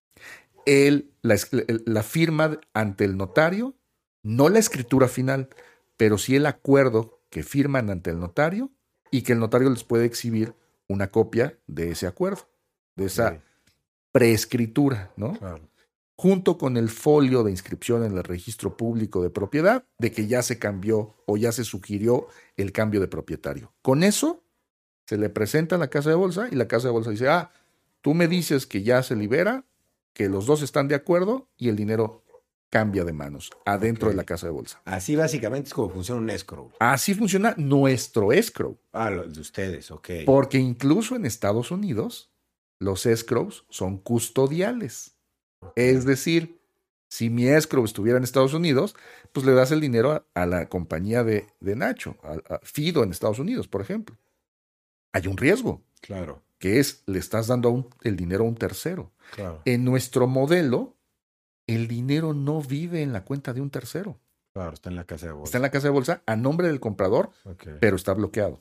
El, la, el- la firma ante el notario, no la escritura final, pero sí el acuerdo que firman ante el notario y que el notario les puede exhibir una copia de ese acuerdo, de esa
Ok.
preescritura, ¿no?
Claro.
Junto con el folio de inscripción en el registro público de propiedad de que ya se cambió o ya se sugirió el cambio de propietario. Con eso se le presenta a la casa de bolsa y la casa de bolsa dice, ah, tú me dices que ya se libera, que los dos están de acuerdo y el dinero cambia de manos adentro
Ok.
de la casa de bolsa.
Así básicamente es como funciona un escrow.
Así funciona nuestro escrow,
Ah, los de ustedes, ok.
porque incluso en Estados Unidos los escrows son custodiales. Es decir, si mi escrow estuviera en Estados Unidos, pues le das el dinero a, a la compañía de, de Nacho, a, a Fido en Estados Unidos, por ejemplo. Hay un riesgo,
Claro,
que es le estás dando a un- el dinero a un tercero.
claro,
En nuestro modelo, el dinero no vive en la cuenta de un tercero.
claro, está en la casa de bolsa.
Está en la casa de bolsa a nombre del comprador,
Ok.
pero está bloqueado.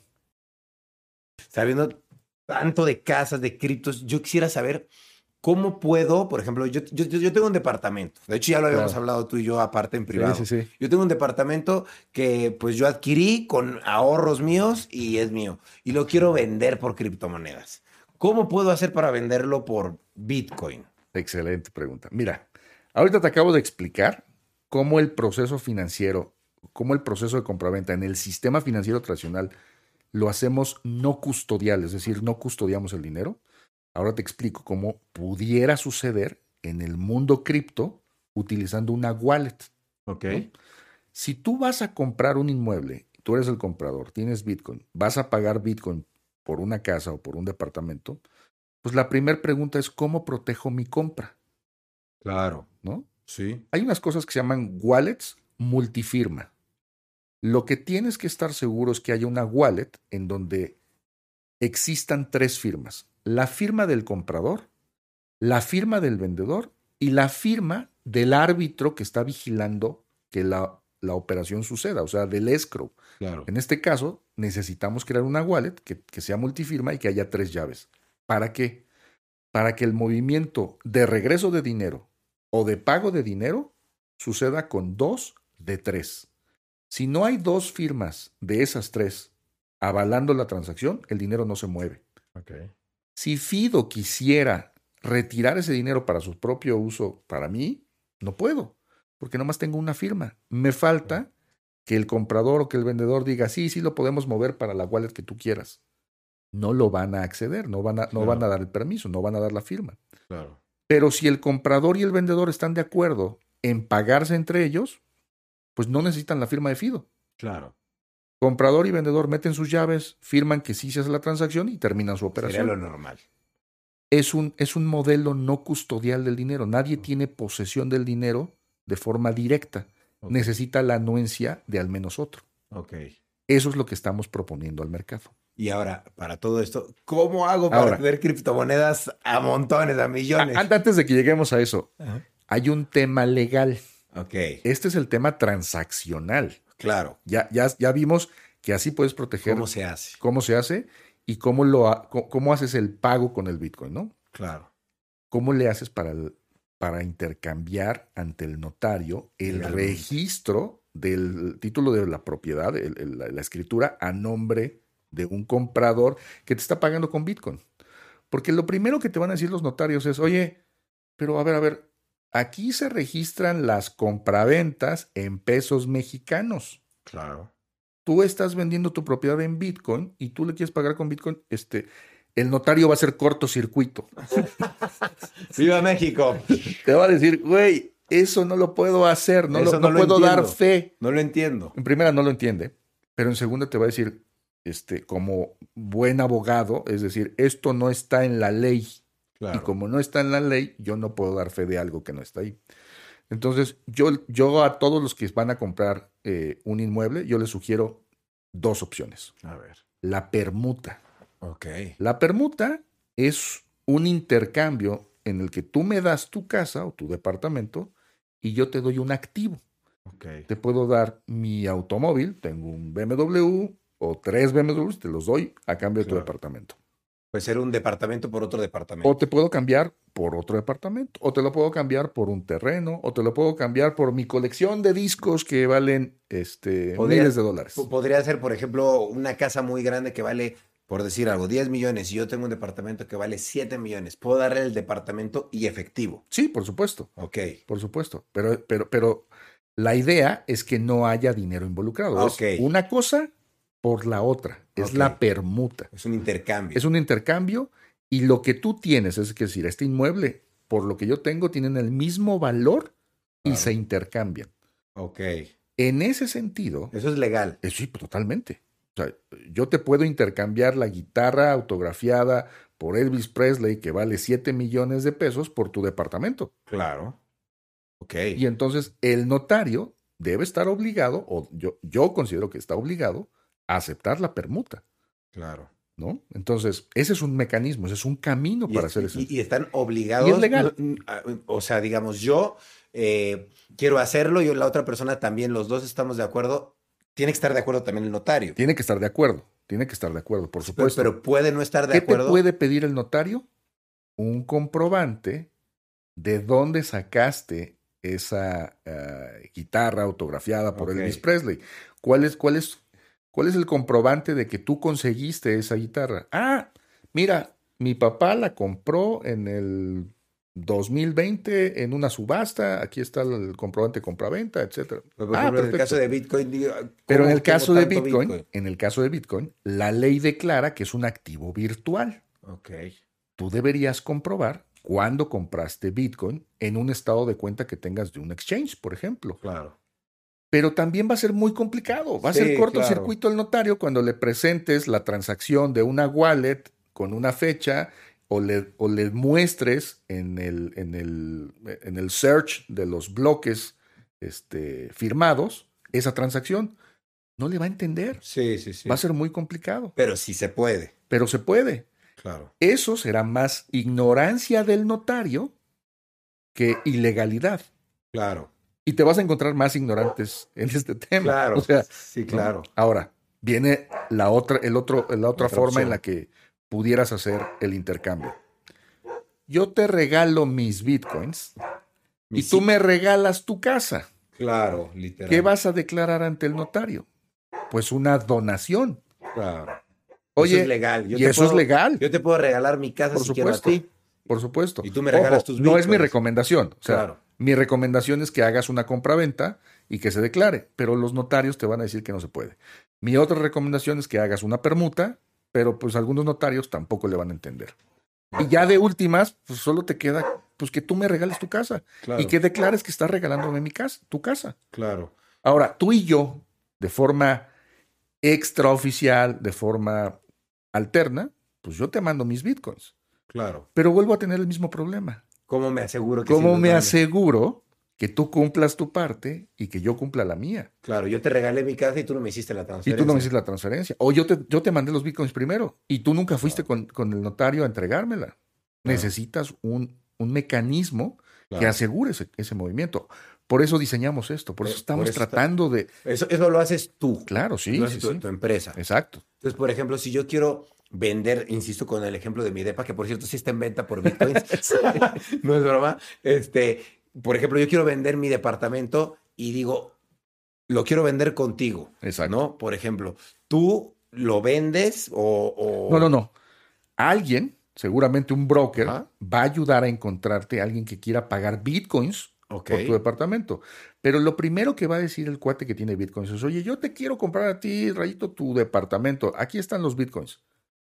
Sabiendo tanto de casas, de criptos, yo quisiera saber cómo puedo, por ejemplo, yo, yo, yo tengo un departamento. De hecho, ya lo habíamos
Claro.
hablado tú y yo aparte en privado.
Sí, sí, sí.
Yo tengo un departamento que pues yo adquirí con ahorros míos y es mío. Y lo quiero vender por criptomonedas. ¿Cómo puedo hacer para venderlo por Bitcoin?
Excelente pregunta. Mira, ahorita te acabo de explicar cómo el proceso financiero, cómo el proceso de compraventa en el sistema financiero tradicional lo hacemos no custodial, es decir, no custodiamos el dinero. Ahora te explico cómo pudiera suceder en el mundo cripto utilizando una wallet.
Ok.
¿no? Si tú vas a comprar un inmueble, tú eres el comprador, tienes Bitcoin, vas a pagar Bitcoin por una casa o por un departamento, pues la primera pregunta es ¿cómo protejo mi compra?
Claro.
¿No?
Sí.
Hay unas cosas que se llaman wallets multifirma. Lo que tienes que estar seguro es que haya una wallet en donde existan tres firmas. La firma del comprador, la firma del vendedor y la firma del árbitro que está vigilando que la, la operación suceda, o sea, del escrow.
Claro.
En este caso, necesitamos crear una wallet que, que sea multifirma y que haya tres llaves. ¿Para qué? Para que el movimiento de regreso de dinero o de pago de dinero suceda con dos de tres. Si no hay dos firmas de esas tres avalando la transacción, el dinero no se mueve.
Ok.
Si Fido quisiera retirar ese dinero para su propio uso, para mí, no puedo, porque nomás tengo una firma. Me falta que el comprador o que el vendedor diga, sí, sí lo podemos mover para la wallet que tú quieras. no lo van a acceder, no van a, no
Claro.
van a dar el permiso, no van a dar la firma.
Claro.
Pero si el comprador y el vendedor están de acuerdo en pagarse entre ellos, pues no necesitan la firma de fido.
Claro.
Comprador y vendedor meten sus llaves, firman que sí se hace la transacción y terminan su
Sería
operación.
lo normal.
Es un, es un modelo no custodial del dinero. Nadie tiene posesión del dinero de forma directa.
Ok.
Necesita la anuencia de al menos otro.
Ok.
Eso es lo que estamos proponiendo al mercado.
Y ahora, para todo esto, ¿cómo hago para
Ahora.
tener criptomonedas a montones, a millones?
A- Antes de que lleguemos a eso,
Ajá.
hay un tema legal.
Ok,
Este es el tema transaccional.
claro.
Ya, ya, ya vimos que así puedes proteger
¿Cómo se hace?
cómo se hace y cómo, lo, ha- co- cómo haces el pago con el Bitcoin, ¿no?
Claro.
¿Cómo le haces para, el- para intercambiar ante el notario el
Legalmente.
registro del título de la propiedad, el- el- la, la escritura a nombre de un comprador que te está pagando con Bitcoin? Porque lo primero que te van a decir los notarios es, oye, pero a ver, a ver, aquí se registran las compraventas en pesos mexicanos.
Claro.
Tú estás vendiendo tu propiedad en Bitcoin y tú le quieres pagar con Bitcoin, este, el notario va a hacer cortocircuito.
¡Viva México!
Te va a decir, güey, eso no lo puedo hacer, no,
Eso
lo,
no
no
lo
puedo dar
entiendo.
fe.
No lo entiendo.
En primera no lo entiende, pero en segunda te va a decir, este, como buen abogado, es decir, esto no está en la ley.
Claro.
Y como no está en la ley, yo no puedo dar fe de algo que no está ahí. Entonces, yo, yo a todos los que van a comprar eh, un inmueble, yo les sugiero dos opciones.
A ver.
La permuta.
Ok.
La permuta es un intercambio en el que tú me das tu casa o tu departamento y yo te doy un activo.
Ok.
Te puedo dar mi automóvil, tengo un B M W o tres B M Ws, te los doy a cambio de
Claro.
tu departamento.
Puede ser un departamento por otro departamento.
O te puedo cambiar por otro departamento, o te lo puedo cambiar por un terreno, o te lo puedo cambiar por mi colección de discos que valen este,
Podría-
miles de dólares.
P- Podría ser, por ejemplo, una casa muy grande que vale, por decir algo, diez millones y yo tengo un departamento que vale siete millones. Puedo darle el departamento y efectivo.
Sí, por supuesto,
Ok.
por supuesto. Pero, pero, pero la idea es que no haya dinero involucrado.
Ok.
Es una cosa por la otra. Es
Ok.
la permuta.
Es un intercambio.
Es un intercambio y lo que tú tienes, es decir, este inmueble, por lo que yo tengo, tienen el mismo valor y
Claro.
se intercambian.
Ok.
En ese sentido,
Eso es legal.
eh, sí, totalmente. O sea, yo te puedo intercambiar la guitarra autografiada por Elvis Presley que vale siete millones de pesos por tu departamento.
Claro. Ok.
Y entonces el notario debe estar obligado, o yo, yo considero que está obligado, a aceptar la permuta,
Claro.
¿no? Entonces, ese es un mecanismo, ese es un camino
Y,
para
es-
hacer eso.
y- y están obligados.
Y es legal.
no, a- O sea, digamos, yo eh, quiero hacerlo, yo la otra persona también, los dos estamos de acuerdo. Tiene que estar de acuerdo también el notario.
Tiene que estar de acuerdo, tiene que estar de acuerdo, por
Pero,
supuesto.
pero puede no estar de
¿Qué te
acuerdo.
puede pedir el notario? Un comprobante de dónde sacaste esa eh, guitarra autografiada por
Ok.
Elvis Presley. ¿Cuál es, cuál, es, ¿Cuál es el comprobante de que tú conseguiste esa guitarra? Ah, mira, mi papá la compró en el dos mil veinte en una subasta. Aquí está el comprobante de compraventa, etcétera.
Pero, por
Ah,
ejemplo, en el
perfecto.
caso de Bitcoin, digo,
Pero en
¿cómo
el caso
tengo
de
tanto
Bitcoin, en el caso de Bitcoin, la ley declara que es un activo virtual.
Ok.
Tú deberías comprobar cuándo compraste Bitcoin en un estado de cuenta que tengas de un exchange, por ejemplo.
Claro.
Pero también va a ser muy complicado. Va a
Sí,
ser cortocircuito el notario cuando le presentes la transacción de una wallet con una fecha o le, o le muestres en el, en, el, en el search de los bloques este, firmados esa transacción. No le va a entender.
Sí, sí, sí.
Va a ser muy complicado.
Pero sí se puede.
Pero se puede.
Claro.
Eso será más ignorancia del notario que ilegalidad.
Claro.
Y te vas a encontrar más ignorantes en este tema.
Claro.
O sea,
sí,
¿no?
claro.
Ahora, viene la otra, el otro, la otra
Otra
forma
opción.
en la que pudieras hacer el intercambio. Yo te regalo mis bitcoins
Mi
y tú
sí-
me regalas tu casa.
Claro, literal.
¿Qué vas a declarar ante el notario? Pues una donación.
Claro.
Oye,
eso es legal. Yo
y
te
eso es
puedo-
legal.
Yo te puedo regalar mi casa
Por
si quiero a
supuesto.
ti.
Por supuesto.
Y tú me regalas
Ojo,
tus
no es mi
bitcoins.
recomendación. O sea,
Claro.
mi recomendación es que hagas una compraventa y que se declare, pero los notarios te van a decir que no se puede. Mi otra recomendación es que hagas una permuta pero pues algunos notarios tampoco le van a entender. Y ya de últimas, pues solo te queda pues que tú me regales tu casa
Claro.
y que declares que estás regalándome mi casa, tu casa.
Claro.
Ahora, tú y yo, de forma extraoficial, de forma alterna, pues yo te mando mis bitcoins.
Claro.
Pero vuelvo a tener el mismo problema.
¿Cómo me aseguro que sí
¿Cómo
los
me
mande?
aseguro que tú cumplas tu parte y que yo cumpla la mía?
Claro, yo te regalé mi casa y tú no me hiciste la
Y
transferencia.
tú no me hiciste la transferencia. O yo te, yo te mandé los bitcoins primero y tú nunca fuiste con, con el notario a entregármela. Necesitas un, un mecanismo
Claro.
que asegure ese, ese movimiento. Por eso diseñamos esto. Por eso
Eh,
estamos
por eso está-
tratando de...
Eso, eso lo haces tú.
Claro, sí,
Lo
sí,
hace tu,
sí.
tu empresa.
Exacto.
Entonces, por ejemplo, si yo quiero vender, insisto con el ejemplo de mi depa, que por cierto sí está en venta por bitcoins, no es broma. Este, por ejemplo, yo quiero vender mi departamento y digo, lo quiero vender contigo.
Exacto.
¿No? Por ejemplo, tú lo vendes o. o-
No, no, no. Alguien, seguramente un broker,
Ajá.
va a ayudar a encontrarte a alguien que quiera pagar bitcoins
Ok.
por tu departamento. Pero lo primero que va a decir el cuate que tiene bitcoins es, oye, yo te quiero comprar a ti, Rayito, tu departamento. Aquí están los bitcoins.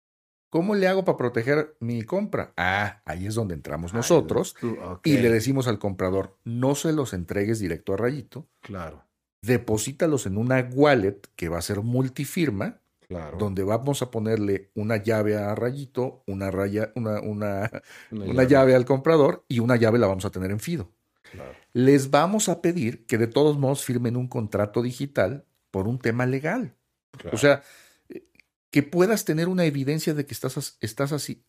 ¿Cómo le hago para proteger mi compra? Ah, ahí es donde entramos
Ay,
nosotros
tú, ok.
y le decimos al comprador, no se los entregues directo a Rayito,
Claro,
deposítalos en una wallet que va a ser multifirma,
claro.
donde vamos a ponerle una llave a Rayito, una, raya, una, una,
Una
una
llave.
llave al comprador y una llave la vamos a tener en Fido.
Claro.
Les vamos a pedir que de todos modos firmen un contrato digital por un tema legal.
Claro.
O sea, eh, que puedas tener una evidencia de que estás, estás así,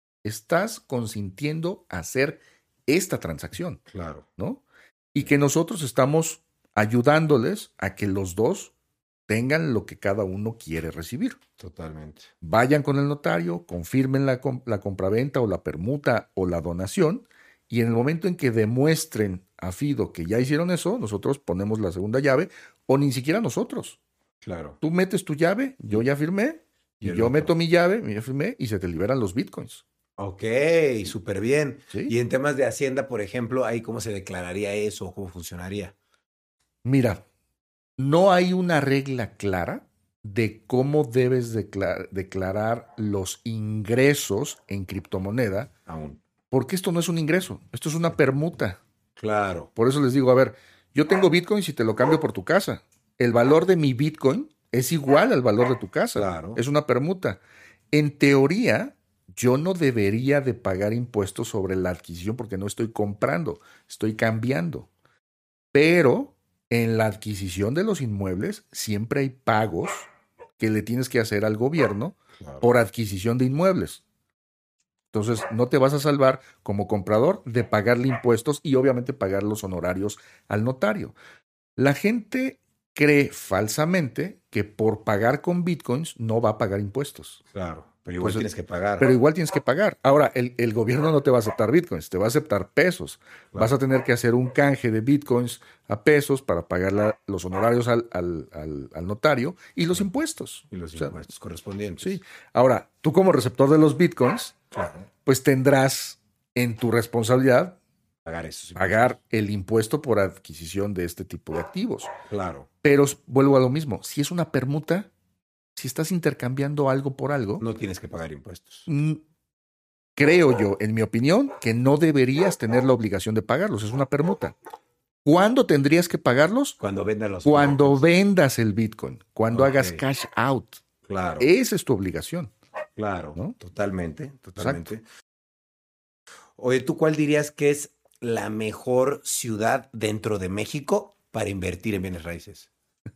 estás consintiendo hacer esta transacción,
Claro.
¿no? Y que nosotros estamos ayudándoles a que los dos tengan lo que cada uno quiere recibir.
Totalmente.
Vayan con el notario, confirmen la, com- la compraventa o la permuta o la donación, y en el momento en que demuestren a Fido que ya hicieron eso, nosotros ponemos la segunda llave, o ni siquiera nosotros.
Claro.
Tú metes tu llave, yo ya firmé,
Y
y
el
yo
otro.
meto mi llave, yo firmé, y se te liberan los bitcoins.
Ok, súper bien.
¿Sí?
Y en temas de Hacienda, por ejemplo, ahí cómo se declararía eso o cómo funcionaría.
Mira, no hay una regla clara de cómo debes declar- declarar los ingresos en criptomoneda,
Aún.
porque esto no es un ingreso, esto es una permuta.
Claro.
Por eso les digo, a ver, yo tengo bitcoins y te lo cambio por tu casa. El valor de mi bitcoin es igual al valor de tu casa.
Claro.
Es una permuta. En teoría, yo no debería de pagar impuestos sobre la adquisición porque no estoy comprando, estoy cambiando. Pero en la adquisición de los inmuebles siempre hay pagos que le tienes que hacer al gobierno
Claro.
por adquisición de inmuebles. Entonces, no te vas a salvar como comprador de pagarle impuestos y obviamente pagar los honorarios al notario. La gente cree falsamente que por pagar con bitcoins no va a pagar impuestos,
Claro. Pero igual
Pues,
tienes que pagar.
pero igual tienes que pagar. Ahora, el, el gobierno no te va a aceptar bitcoins, te va a aceptar pesos. Vas a tener que hacer un canje de bitcoins a pesos para pagar la- los honorarios al, al- al- al notario y los impuestos.
Y los
O sea,
impuestos correspondientes.
sí. Ahora, tú como receptor de los bitcoins,
Claro.
pues tendrás en tu responsabilidad
Pagar eso.
pagar el impuesto por adquisición de este tipo de activos.
Claro.
Pero s- vuelvo a lo mismo, si es una permuta, si estás intercambiando algo por algo,
No tienes que pagar impuestos.
mm, creo yo, en mi opinión, que no deberías tener la obligación de pagarlos, es una permuta. ¿Cuándo tendrías que pagarlos?
Cuando vendan los.
Cuando vendas el Bitcoin, cuando
Ok.
hagas cash out.
Claro.
Esa es tu obligación.
Claro.
¿No?
Totalmente. Totalmente. Oye, ¿tú cuál dirías que es la mejor ciudad dentro de México para invertir en bienes raíces?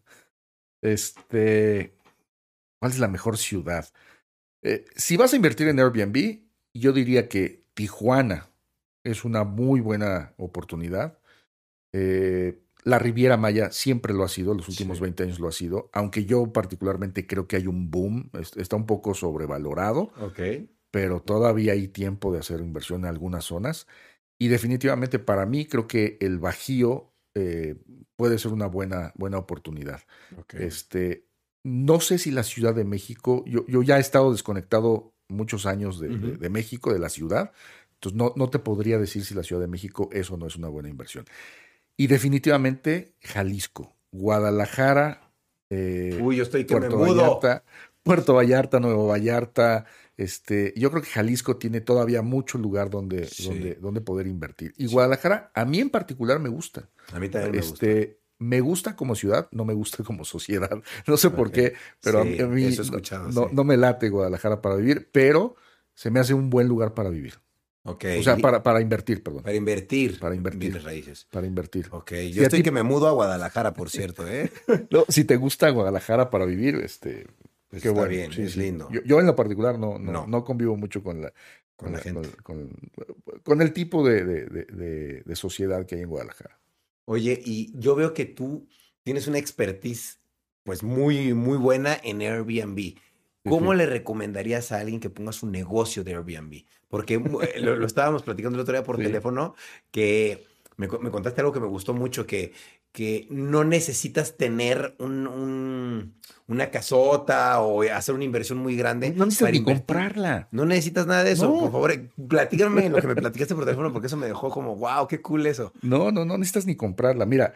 Este, ¿cuál es la mejor ciudad? Eh, si vas a invertir en Airbnb, yo diría que Tijuana es una muy buena oportunidad. Eh, la Riviera Maya siempre lo ha sido, los últimos
Sí.
veinte años lo ha sido, aunque yo particularmente creo que hay un boom, es- está un poco sobrevalorado,
Ok.
pero todavía hay tiempo de hacer inversión en algunas zonas. Y definitivamente para mí creo que el Bajío eh, puede ser una buena, buena oportunidad.
Ok.
Este, no sé si la Ciudad de México, yo, yo ya he estado desconectado muchos años de,
Ujú.
de- de México, de la ciudad, entonces no, no te podría decir si la Ciudad de México es o no es una buena inversión. Y definitivamente Jalisco, Guadalajara, eh,
Uy, yo estoy que me
Puerto
mudo.
Vallarta, Puerto Vallarta, Nuevo Vallarta, este, yo creo que Jalisco tiene todavía mucho lugar donde,
Sí.
donde, donde poder invertir. Y Guadalajara, a mí en particular me gusta.
A mí también me gusta.
Este, me gusta como ciudad, no me gusta como sociedad. No sé por
Ok.
qué, pero a
Sí,
mí, a mí
eso he
no-
escuchado,
no,
sí.
no me late Guadalajara para vivir, pero se me hace un buen lugar para vivir.
Ok.
O sea,
Y-
para, para invertir, perdón.
para invertir.
Para invertir.
Bienes raíces.
Para invertir.
Ok.
Si
Yo
a
estoy
ti-
que me mudo a Guadalajara, por cierto, ¿eh?
No, si te gusta Guadalajara para vivir, este,
Pues
qué
está
bueno.
bien,
Sí,
es
sí.
lindo.
Yo, yo en lo particular no, no,
No.
no convivo mucho con la,
Con la gente.
Con, con- con el tipo de, de- de- de- de sociedad que hay en Guadalajara.
Oye, y yo veo que tú tienes una expertise, pues muy, muy buena en Airbnb. ¿Cómo
sí.
le recomendarías a alguien que ponga su negocio de Airbnb? Porque mu- eh, lo, lo estábamos platicando el otro día por
Sí.
teléfono, que me, co- me contaste algo que me gustó mucho, que, que no necesitas tener un, un- una casota o hacer una inversión muy grande.
No necesitas
para
ni
invertir.
comprarla.
No necesitas nada de eso.
No.
Por favor, eh, platícame lo que me platicaste por teléfono, porque eso me dejó como, wow, qué cool eso.
No, no, no necesitas ni comprarla. Mira,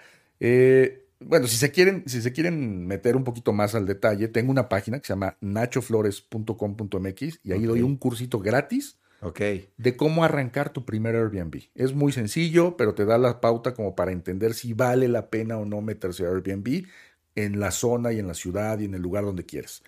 eh, bueno, si se quieren, si se quieren meter un poquito más al detalle, tengo una página que se llama nacho flores punto com punto m x y ahí doy
Ok.
un cursito gratis
Ok.
de cómo arrancar tu primer Airbnb. Es muy sencillo, pero te da la pauta como para entender si vale la pena o no meterse a Airbnb en la zona y en la ciudad y en el lugar donde quieres.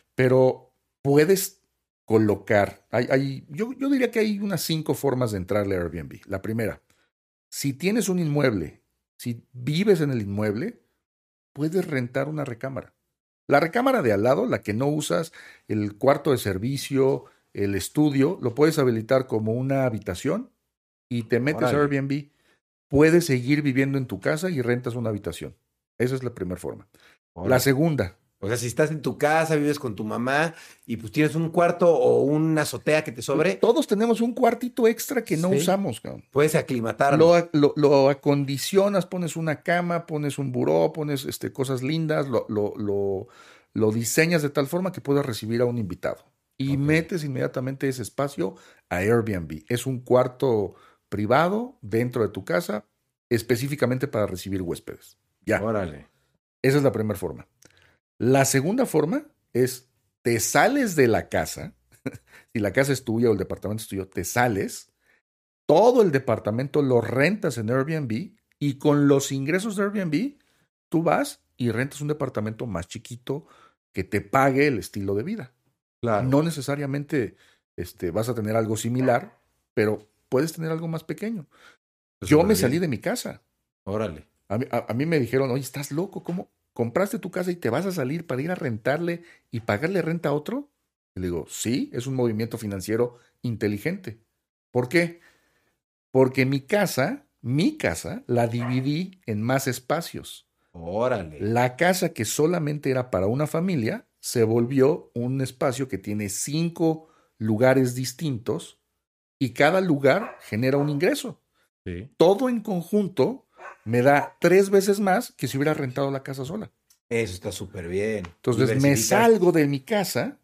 Pero puedes colocar, hay, hay, yo, yo diría que hay unas cinco formas de entrarle a Airbnb. La primera, si tienes un inmueble, si vives en el inmueble, puedes rentar una recámara. La recámara de al lado, la que no usas, el cuarto de servicio, el estudio, lo puedes habilitar como una habitación y te metes
Órale.
a Airbnb. Puedes seguir viviendo en tu casa y rentas una habitación. Esa es la primera forma. La
Órale.
segunda,
O sea, si estás en tu casa, vives con tu mamá y pues tienes un cuarto o una azotea que te sobre,
todos tenemos un cuartito extra que no
Sí.
usamos, cabrón.
puedes aclimatarlo.
Lo, lo, lo acondicionas, pones una cama, pones un buró, pones este, cosas lindas, lo, lo, lo, lo diseñas de tal forma que puedas recibir a un invitado. Y
Ok.
metes inmediatamente ese espacio a Airbnb. Es un cuarto privado dentro de tu casa, específicamente para recibir huéspedes. Ya,
Órale.
esa es la primera forma. La segunda forma es, te sales de la casa, si la casa es tuya o el departamento es tuyo, te sales, todo el departamento lo rentas en Airbnb y con los ingresos de Airbnb, tú vas y rentas un departamento más chiquito que te pague el estilo de vida.
Claro.
No necesariamente este, vas a tener algo similar, pero puedes tener algo más pequeño.
Pues
Yo
súper
me
bien.
salí de mi casa.
Órale.
A mí, a- a mí me dijeron, oye, ¿estás loco? ¿Cómo compraste tu casa y te vas a salir para ir a rentarle y pagarle renta a otro? Y le digo, sí, es un movimiento financiero inteligente. ¿Por qué? Porque mi casa, mi casa, la dividí en más espacios.
Órale.
La casa que solamente era para una familia se volvió un espacio que tiene cinco lugares distintos y cada lugar genera un ingreso.
Sí.
Todo en conjunto me da tres veces más que si hubiera rentado la casa sola.
Eso está súper bien.
Entonces me
Diversificas.
salgo de mi casa,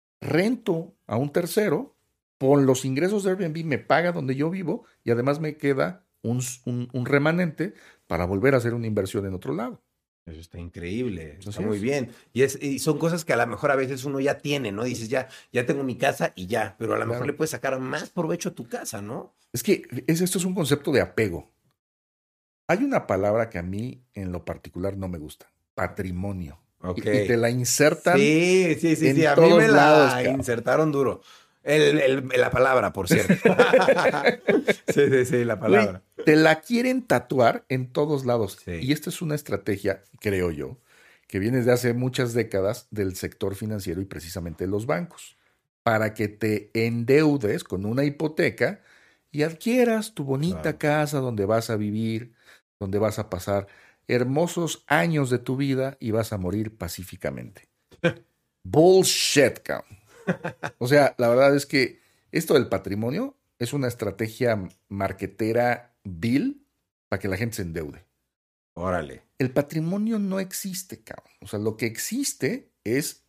rento a un tercero, con los ingresos de Airbnb me paga donde yo vivo y además me queda un, un- un remanente para volver a hacer una inversión en otro lado.
Eso está increíble, está
Así
muy
es.
bien. Y, es, y son cosas que a lo mejor a veces uno ya tiene, ¿no? Dices, ya, ya tengo mi casa y ya, pero a lo mejor
Claro.
le puedes sacar más provecho a tu casa, ¿no?
Es que es, esto es un concepto de apego. Hay una palabra que a mí en lo particular no me gusta, patrimonio.
Ok.
Y, y te la insertan.
Sí, sí, sí,
en
sí. A mí
todos
me la
lados, cabrón.
insertaron duro. El, el- la palabra, por cierto. sí, sí, sí, la
Güey,
palabra.
te la quieren tatuar en todos lados.
Sí.
Y esta es una estrategia, creo yo, que viene desde hace muchas décadas del sector financiero y precisamente de los bancos, para que te endeudes con una hipoteca y adquieras tu bonita
Claro.
casa donde vas a vivir, donde vas a pasar hermosos años de tu vida y vas a morir pacíficamente. Bullshit, cabrón. O sea, la verdad es que esto del patrimonio es una estrategia marketera vil para que la gente se endeude.
Órale.
El patrimonio no existe, cabrón. O sea, lo que existe es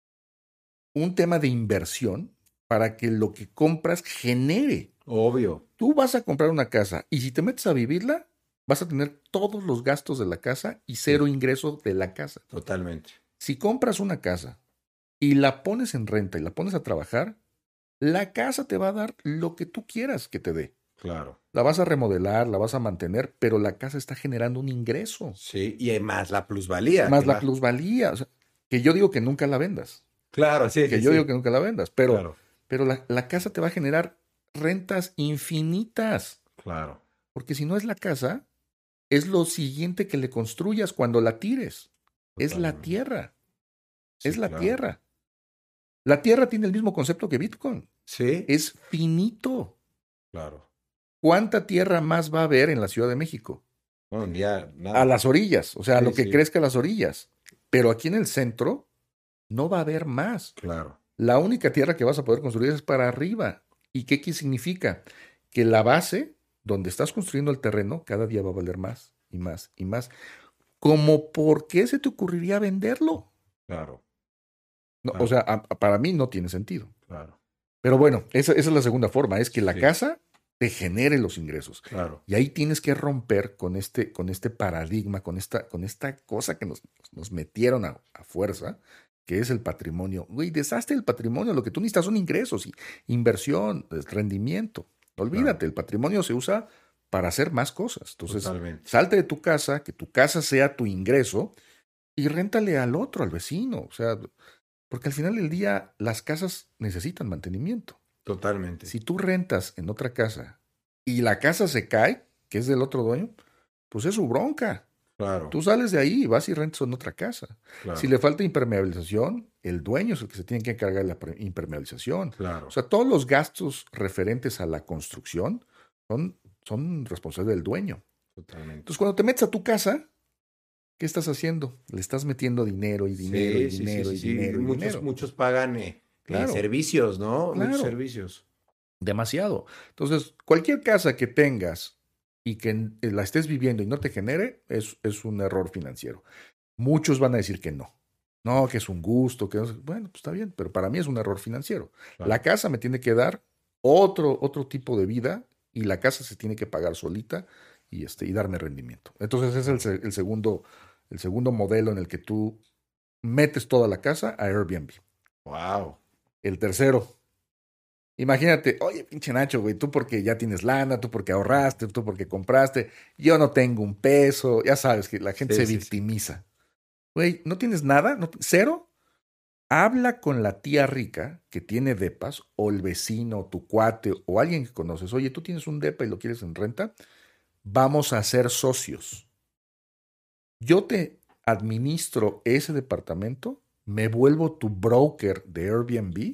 un tema de inversión para que lo que compras genere.
Obvio.
Tú vas a comprar una casa y si te metes a vivirla, vas a tener todos los gastos de la casa y cero ingreso de la casa.
Totalmente.
Si compras una casa y la pones en renta y la pones a trabajar, la casa te va a dar lo que tú quieras que te dé.
Claro.
La vas a remodelar, la vas a mantener, pero la casa está generando un ingreso.
Sí, y más la plusvalía.
Más la
va.
plusvalía. O sea, que yo digo que nunca la vendas.
Claro, sí.
Que
sí,
yo
sí.
digo que nunca la vendas. Pero,
Claro.
pero la, la casa te va a generar rentas infinitas.
Claro.
Porque si no es la casa, es lo siguiente que le construyas cuando la tires. Es la
Totalmente.
tierra.
Sí,
es la
claro.
tierra. La tierra tiene el mismo concepto que Bitcoin.
Sí.
Es finito.
Claro.
¿Cuánta tierra más va a haber en la Ciudad de México?
Bueno, ya nada.
A las orillas, o sea, a
Sí,
lo que
sí.
crezca a las orillas. Pero aquí en el centro no va a haber más.
Claro.
La única tierra que vas a poder construir es para arriba. ¿Y qué, qué significa? Que la base, donde estás construyendo el terreno, cada día va a valer más y más y más. ¿Cómo por qué se te ocurriría venderlo?
Claro.
No,
Claro.
O sea, a- a- para mí no tiene sentido.
Claro.
Pero bueno, esa, esa es la segunda forma, es que la
Sí.
casa te genere los ingresos.
Claro.
Y ahí tienes que romper con este, con este paradigma, con esta, con esta cosa que nos, nos metieron a, a fuerza, que es el patrimonio. Güey, deshazte el patrimonio. Lo que tú necesitas son ingresos, y inversión, es rendimiento. Olvídate,
Claro.
el patrimonio se usa para hacer más cosas. Entonces,
Totalmente.
salte de tu casa, que tu casa sea tu ingreso y réntale al otro, al vecino. O sea, porque al final del día las casas necesitan mantenimiento.
Totalmente.
Si tú rentas en otra casa y la casa se cae, que es del otro dueño, pues es su bronca.
Claro.
Tú sales de ahí y vas y rentas en otra casa.
Claro.
Si le falta impermeabilización, el dueño es el que se tiene que encargar de la pre- impermeabilización.
Claro.
O sea, todos los gastos referentes a la construcción son, son responsabilidad del dueño.
Totalmente.
Entonces, cuando te metes a tu casa, ¿qué estás haciendo? Le estás metiendo dinero y dinero
Sí,
y
sí,
dinero
sí,
y
sí.
dinero y
muchos,
dinero.
Muchos pagan eh,
Claro.
eh, servicios, ¿no?
Claro.
Muchos servicios.
Demasiado. Entonces, cualquier casa que tengas y que la estés viviendo y no te genere, es, es un error financiero. Muchos van a decir que no. No, que es un gusto, que no- bueno, pues está bien, pero para mí es un error financiero.
Claro.
La casa me tiene que dar otro, otro tipo de vida y la casa se tiene que pagar solita y, este, y darme rendimiento. Entonces, ese es el, se- el segundo, el segundo modelo en el que tú metes toda la casa a Airbnb.
Wow.
El tercero, imagínate, oye, pinche Nacho, güey, tú porque ya tienes lana, tú porque ahorraste, tú porque compraste, yo no tengo un peso, ya sabes que la gente
Sí,
se
sí, sí.
victimiza. Güey, ¿no tienes nada? ¿No- ¿Cero? Habla con la tía rica que tiene depas, o el vecino, tu cuate, o alguien que conoces. Oye, tú tienes un depa y lo quieres en renta, vamos a ser socios. Yo te administro ese departamento, me vuelvo tu broker de Airbnb,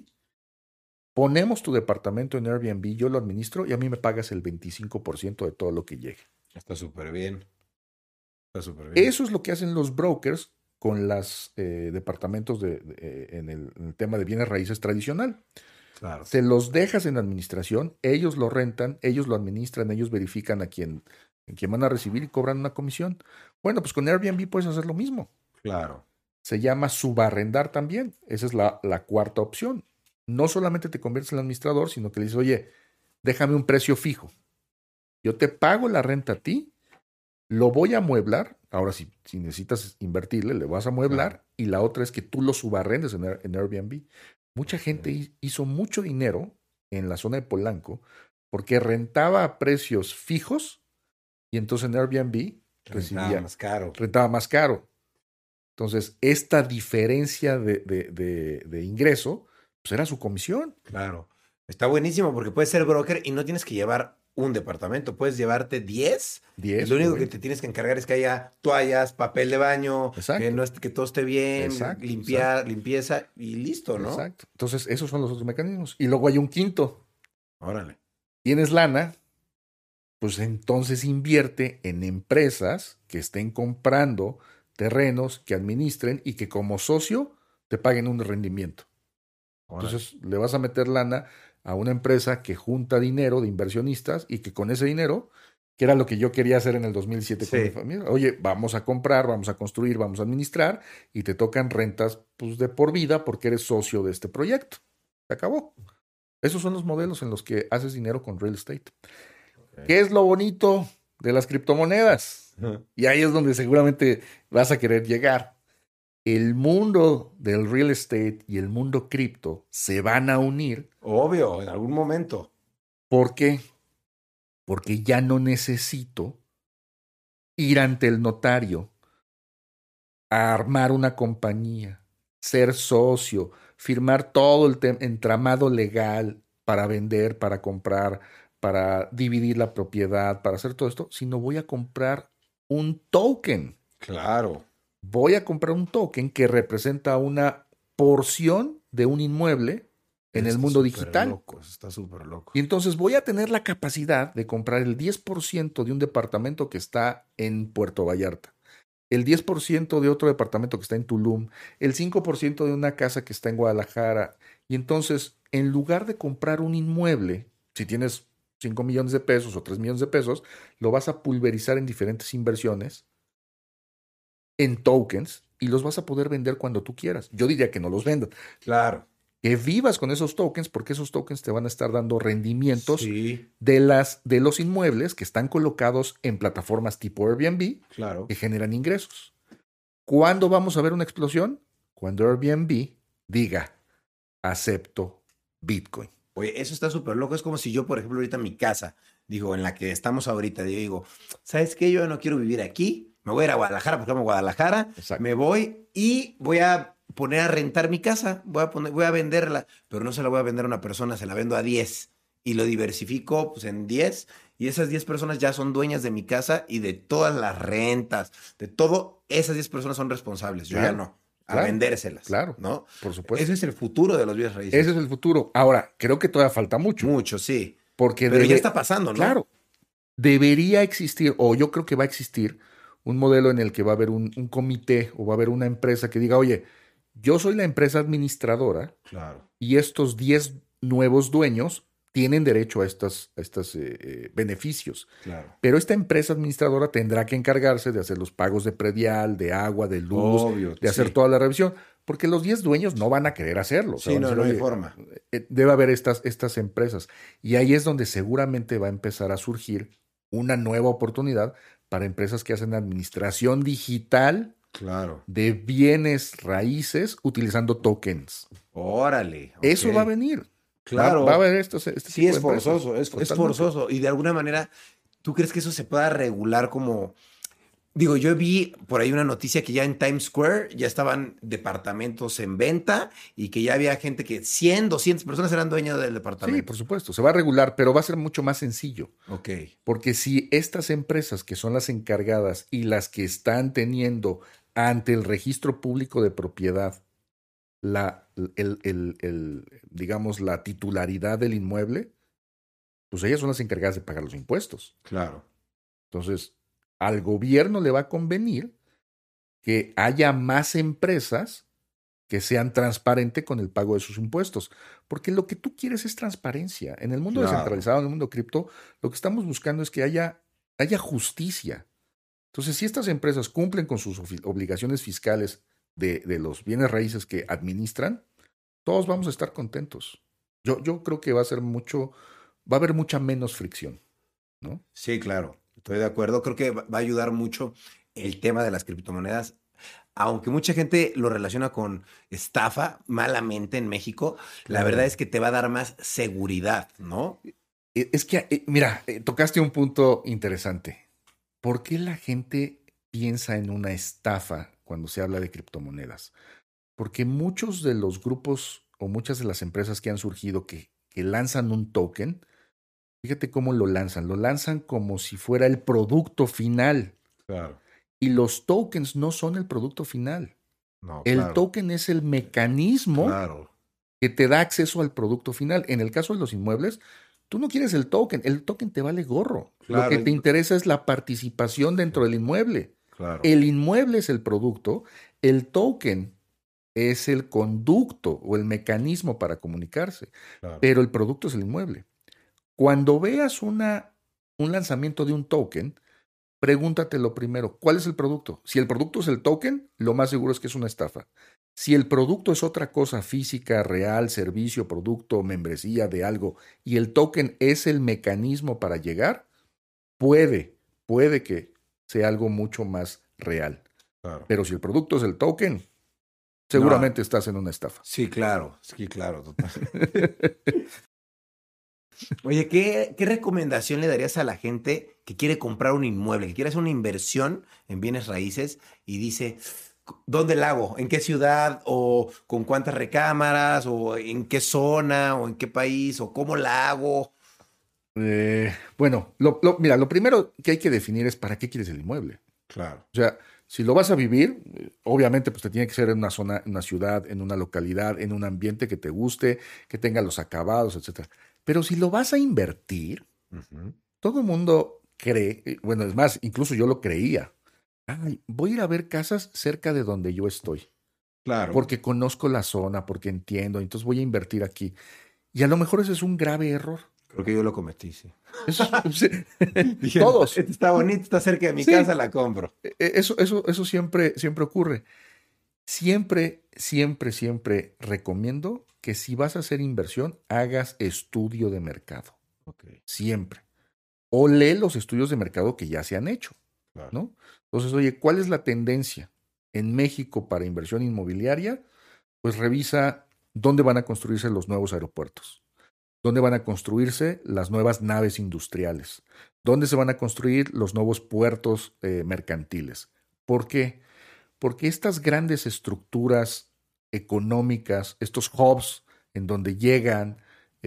ponemos tu departamento en Airbnb, yo lo administro y a mí me pagas el veinticinco por ciento de todo lo que llegue.
Está súper bien. Está súper bien.
Eso es lo que hacen los brokers con los eh, departamentos de, de, eh, en, el, en el tema de bienes raíces tradicional.
Claro.
Se los dejas en administración, ellos lo rentan, ellos lo administran, ellos verifican a quién, a quién van a recibir y cobran una comisión. Bueno, pues con Airbnb puedes hacer lo mismo.
Claro.
Se llama subarrendar también. Esa es la, la cuarta opción. No solamente te conviertes en administrador, sino que le dices, oye, déjame un precio fijo. Yo te pago la renta a ti, lo voy a amueblar. Ahora, si, si necesitas invertirle, le vas a amueblar.
Claro.
Y la otra es que tú lo subarrendes en, Air- en Airbnb. Mucha gente hi- hizo mucho dinero en la zona de Polanco porque rentaba a precios fijos y entonces en Airbnb recibía,
Rentaba más caro.
rentaba más caro. Entonces, esta diferencia de, de, de, de ingreso, pues era su comisión.
Claro. Está buenísimo porque puedes ser broker y no tienes que llevar un departamento. Puedes llevarte diez.
diez,
Y lo único que
correcto.
te tienes que encargar es que haya toallas, papel de baño,
Exacto.
que, no est- que todo esté bien,
Exacto,
limpiar, limpieza y listo, ¿no?
Exacto. Entonces, esos son los otros mecanismos. Y luego hay un quinto.
Órale.
Tienes lana, pues entonces invierte en empresas que estén comprando terrenos, que administren y que como socio te paguen un rendimiento.
Órale.
Entonces le vas a meter lana a una empresa que junta dinero de inversionistas y que con ese dinero, que era lo que yo quería hacer en el dos mil siete con
Sí.
mi familia, oye, vamos a comprar, vamos a construir, vamos a administrar y te tocan rentas pues, de por vida porque eres socio de este proyecto. Se acabó. Esos son los modelos en los que haces dinero con real estate.
Ok.
¿Qué es lo bonito de las criptomonedas?
Ujú.
Y ahí es donde seguramente vas a querer llegar. el mundo del real estate y el mundo cripto se van a unir.
Obvio, en algún momento.
¿Por qué? Porque ya no necesito ir ante el notario a armar una compañía, ser socio, firmar todo el entramado legal para vender, para comprar, para dividir la propiedad, para hacer todo esto, sino voy a comprar un token.
Claro.
Voy a comprar un token que representa una porción de un inmueble en el mundo digital.
Loco, está súper loco.
Y entonces voy a tener la capacidad de comprar el diez por ciento de un departamento que está en Puerto Vallarta, el diez por ciento de otro departamento que está en Tulum, el cinco por ciento de una casa que está en Guadalajara. Y entonces, en lugar de comprar un inmueble, si tienes cinco millones de pesos o tres millones de pesos, lo vas a pulverizar en diferentes inversiones, en tokens, y los vas a poder vender cuando tú quieras. Yo diría que no los vendas.
Claro.
Que vivas con esos tokens, porque esos tokens te van a estar dando rendimientos
sí.
de, las, de los inmuebles que están colocados en plataformas tipo Airbnb,
claro.
que generan ingresos. ¿Cuándo vamos a ver una explosión? Cuando Airbnb diga, acepto Bitcoin.
Oye, eso está súper loco. Es como si yo, por ejemplo, ahorita en mi casa, digo, en la que estamos ahorita, digo, ¿sabes qué? Yo no quiero vivir aquí. Me voy a ir a Guadalajara, porque amo Guadalajara.
Exacto.
Me voy y voy a poner a rentar mi casa. Voy a, poner, voy a venderla, pero no se la voy a vender a una persona, se la vendo a diez. Y lo diversifico pues, en diez. Y esas diez personas ya son dueñas de mi casa y de todas las rentas, de todo. Esas diez personas son responsables. Yo
claro,
ya no. A
claro,
vendérselas.
Claro,
¿no?
Por supuesto.
Ese es el futuro de los bienes raíces.
Ese es el futuro. Ahora, creo que todavía falta mucho.
Mucho, sí.
Porque
Pero
debe,
ya está pasando, ¿no?
Claro. Debería existir, o yo creo que va a existir, un modelo en el que va a haber un, un comité o va a haber una empresa que diga, oye, yo soy la empresa administradora,
claro,
y estos diez nuevos dueños tienen derecho a estos a estas, eh, beneficios.
Claro.
Pero esta empresa administradora tendrá que encargarse de hacer los pagos de predial, de agua, de luz,
Obvio,
de hacer
sí.
toda la revisión, porque los diez dueños no van a querer hacerlo.
Sí, no, no hay forma.
Debe haber estas, estas empresas. Y ahí es donde seguramente va a empezar a surgir una nueva oportunidad para empresas que hacen administración digital,
claro,
de bienes raíces utilizando tokens.
Órale. Okay.
Eso va a venir.
Claro.
Va, va a haber esto, este
sí,
tipo
es
de
forzoso, es, es forzoso. Y de alguna manera, ¿tú crees que eso se pueda regular como...? Digo, yo vi por ahí una noticia que ya en Times Square ya estaban departamentos en venta y que ya había gente que cien, doscientas personas eran dueñas del departamento.
Sí, por supuesto. Se va a regular, pero va a ser mucho más sencillo.
Ok.
Porque si estas empresas que son las encargadas y las que están teniendo ante el registro público de propiedad la, el, el, el, digamos, la titularidad del inmueble, pues ellas son las encargadas de pagar los impuestos.
Claro.
Entonces, al gobierno le va a convenir que haya más empresas que sean transparentes con el pago de sus impuestos. Porque lo que tú quieres es transparencia. En el mundo
claro.
descentralizado, en el mundo cripto, lo que estamos buscando es que haya, haya justicia. Entonces, si estas empresas cumplen con sus obligaciones fiscales de, de los bienes raíces que administran, todos vamos a estar contentos. Yo, yo creo que va a ser mucho, va a haber mucha menos fricción, ¿no?
Sí, claro. Estoy de acuerdo. Creo que va a ayudar mucho el tema de las criptomonedas. Aunque mucha gente lo relaciona con estafa, malamente en México, la verdad es que te va a dar más seguridad, ¿no?
Es que, mira, tocaste un punto interesante. ¿Por qué la gente piensa en una estafa cuando se habla de criptomonedas? Porque muchos de los grupos o muchas de las empresas que han surgido que, que lanzan un token, fíjate cómo lo lanzan. Lo lanzan como si fuera el producto final.
Claro.
Y los tokens no son el producto final.
No,
el
claro.
token es el mecanismo
claro.
que te da acceso al producto final. En el caso de los inmuebles, tú no quieres el token. El token te vale gorro.
Claro.
Lo que te interesa es la participación dentro del inmueble.
Claro.
El inmueble es el producto. El token es el conducto o el mecanismo para comunicarse.
Claro.
Pero el producto es el inmueble. Cuando veas una, un lanzamiento de un token, pregúntate lo primero, ¿cuál es el producto? Si el producto es el token, lo más seguro es que es una estafa. Si el producto es otra cosa física, real, servicio, producto, membresía de algo, y el token es el mecanismo para llegar, puede, puede que sea algo mucho más real.
Claro.
Pero si el producto es el token, seguramente no. estás en una estafa.
Sí, claro, sí, claro, total. Oye, ¿qué, ¿qué recomendación le darías a la gente que quiere comprar un inmueble, que quiere hacer una inversión en bienes raíces y dice, ¿dónde la hago? ¿En qué ciudad? ¿O con cuántas recámaras? ¿O en qué zona? ¿O en qué país? ¿O cómo la hago?
Eh, bueno, lo, lo, mira, lo primero que hay que definir es para qué quieres el inmueble.
Claro.
O sea, si lo vas a vivir, obviamente pues te tiene que ser en una zona, en una ciudad, en una localidad, en un ambiente que te guste, que tenga los acabados, etcétera. Pero si lo vas a invertir, uh-huh. todo el mundo cree, bueno, es más, incluso yo lo creía. Ay, voy a ir a ver casas cerca de donde yo estoy.
Claro.
Porque conozco la zona, porque entiendo, entonces voy a invertir aquí. Y a lo mejor ese es un grave error.
Creo que yo lo cometí, sí.
Eso, sí.
Dije,
todos.
Este está bonito, está cerca de mi sí. casa, la compro.
Eso, eso, eso siempre, siempre ocurre. Siempre, siempre, siempre recomiendo que si vas a hacer inversión, hagas estudio de mercado.
Okay.
Siempre. O lee los estudios de mercado que ya se han hecho.
Claro.
¿No? Entonces, oye, ¿cuál es la tendencia en México para inversión inmobiliaria? Pues revisa dónde van a construirse los nuevos aeropuertos. ¿Dónde van a construirse las nuevas naves industriales? ¿Dónde se van a construir los nuevos puertos eh, mercantiles? ¿Por qué? Porque estas grandes estructuras económicas, estos hubs en donde llegan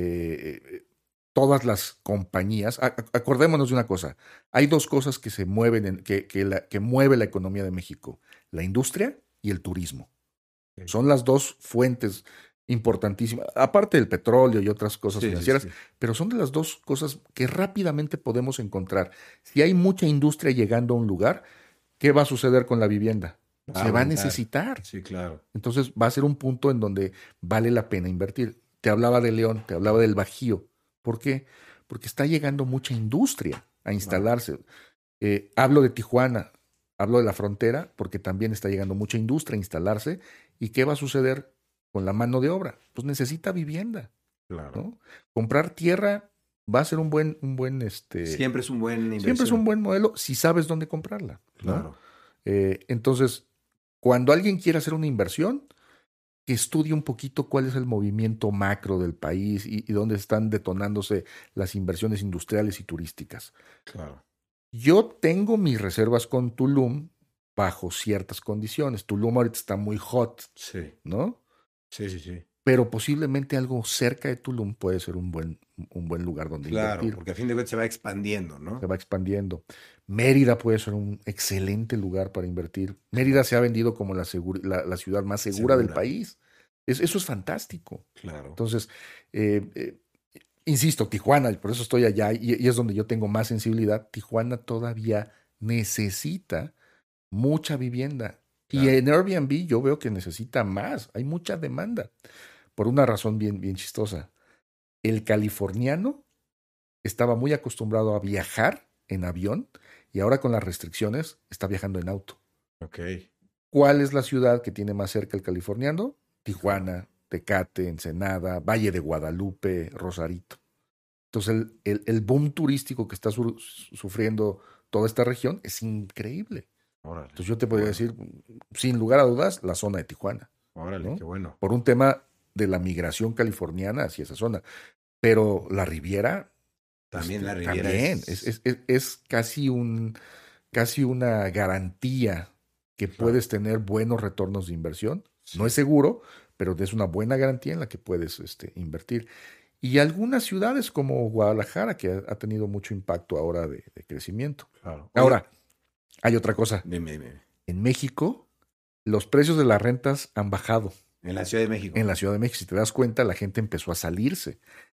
eh, todas las compañías, a, acordémonos de una cosa, hay dos cosas que se mueven, en, que, que, la, que mueve la economía de México, la industria y el turismo. Sí. Son las dos fuentes importantísima, aparte del petróleo y otras cosas sí, financieras, sí, sí. pero son de las dos cosas que rápidamente podemos encontrar. Si hay mucha industria llegando a un lugar, ¿qué va a suceder con la vivienda? Ah, Se va a necesitar.
Sí, claro.
Entonces va a ser un punto en donde vale la pena invertir. Te hablaba de León, te hablaba del Bajío. ¿Por qué? Porque está llegando mucha industria a instalarse. Ah. Eh, hablo de Tijuana, hablo de la frontera, porque también está llegando mucha industria a instalarse. ¿Y qué va a suceder con la mano de obra? Pues necesita vivienda.
Claro.
¿No? Comprar tierra va a ser un buen, un buen, este.
Siempre es un buen inversión.
Siempre es un buen modelo si sabes dónde comprarla. ¿No?
Claro.
Eh, entonces, cuando alguien quiere hacer una inversión, que estudie un poquito cuál es el movimiento macro del país y, y dónde están detonándose las inversiones industriales y turísticas.
Claro.
Yo tengo mis reservas con Tulum bajo ciertas condiciones. Tulum ahorita está muy hot.
Sí.
¿No?
Sí, sí, sí.
Pero posiblemente algo cerca de Tulum puede ser un buen, un buen lugar donde
claro,
invertir.
Claro, porque a fin de cuentas se va expandiendo, ¿no?
Se va expandiendo. Mérida puede ser un excelente lugar para invertir. Mérida se ha vendido como la, segura, la, la ciudad más segura, segura. del país. Es, eso es fantástico.
Claro.
Entonces, eh, eh, insisto, Tijuana, por eso estoy allá y, y es donde yo tengo más sensibilidad. Tijuana todavía necesita mucha vivienda. Claro. Y en Airbnb yo veo que necesita más. Hay mucha demanda. Por una razón bien, bien chistosa. El californiano estaba muy acostumbrado a viajar en avión y ahora con las restricciones está viajando en auto.
Ok.
¿Cuál es la ciudad que tiene más cerca el californiano? Tijuana, Tecate, Ensenada, Valle de Guadalupe, Rosarito. Entonces el, el, el boom turístico que está su, sufriendo toda esta región es increíble.
Órale,
Entonces yo te podría bueno. decir, sin lugar a dudas, la zona de Tijuana.
Órale, ¿no? Qué bueno.
Por un tema de la migración californiana hacia esa zona. Pero la Riviera...
También
este,
la Riviera
también
es...
Es, es, es casi, un, casi una garantía que claro. puedes tener buenos retornos de inversión. Sí. No es seguro, pero es una buena garantía en la que puedes este, invertir. Y algunas ciudades como Guadalajara, que ha, ha tenido mucho impacto ahora de, de crecimiento.
Claro.
Ahora, hay otra cosa.
Dime, dime.
En México, los precios de las rentas han bajado.
En la Ciudad de México.
En la Ciudad de México. Si te das cuenta, la gente empezó a salirse.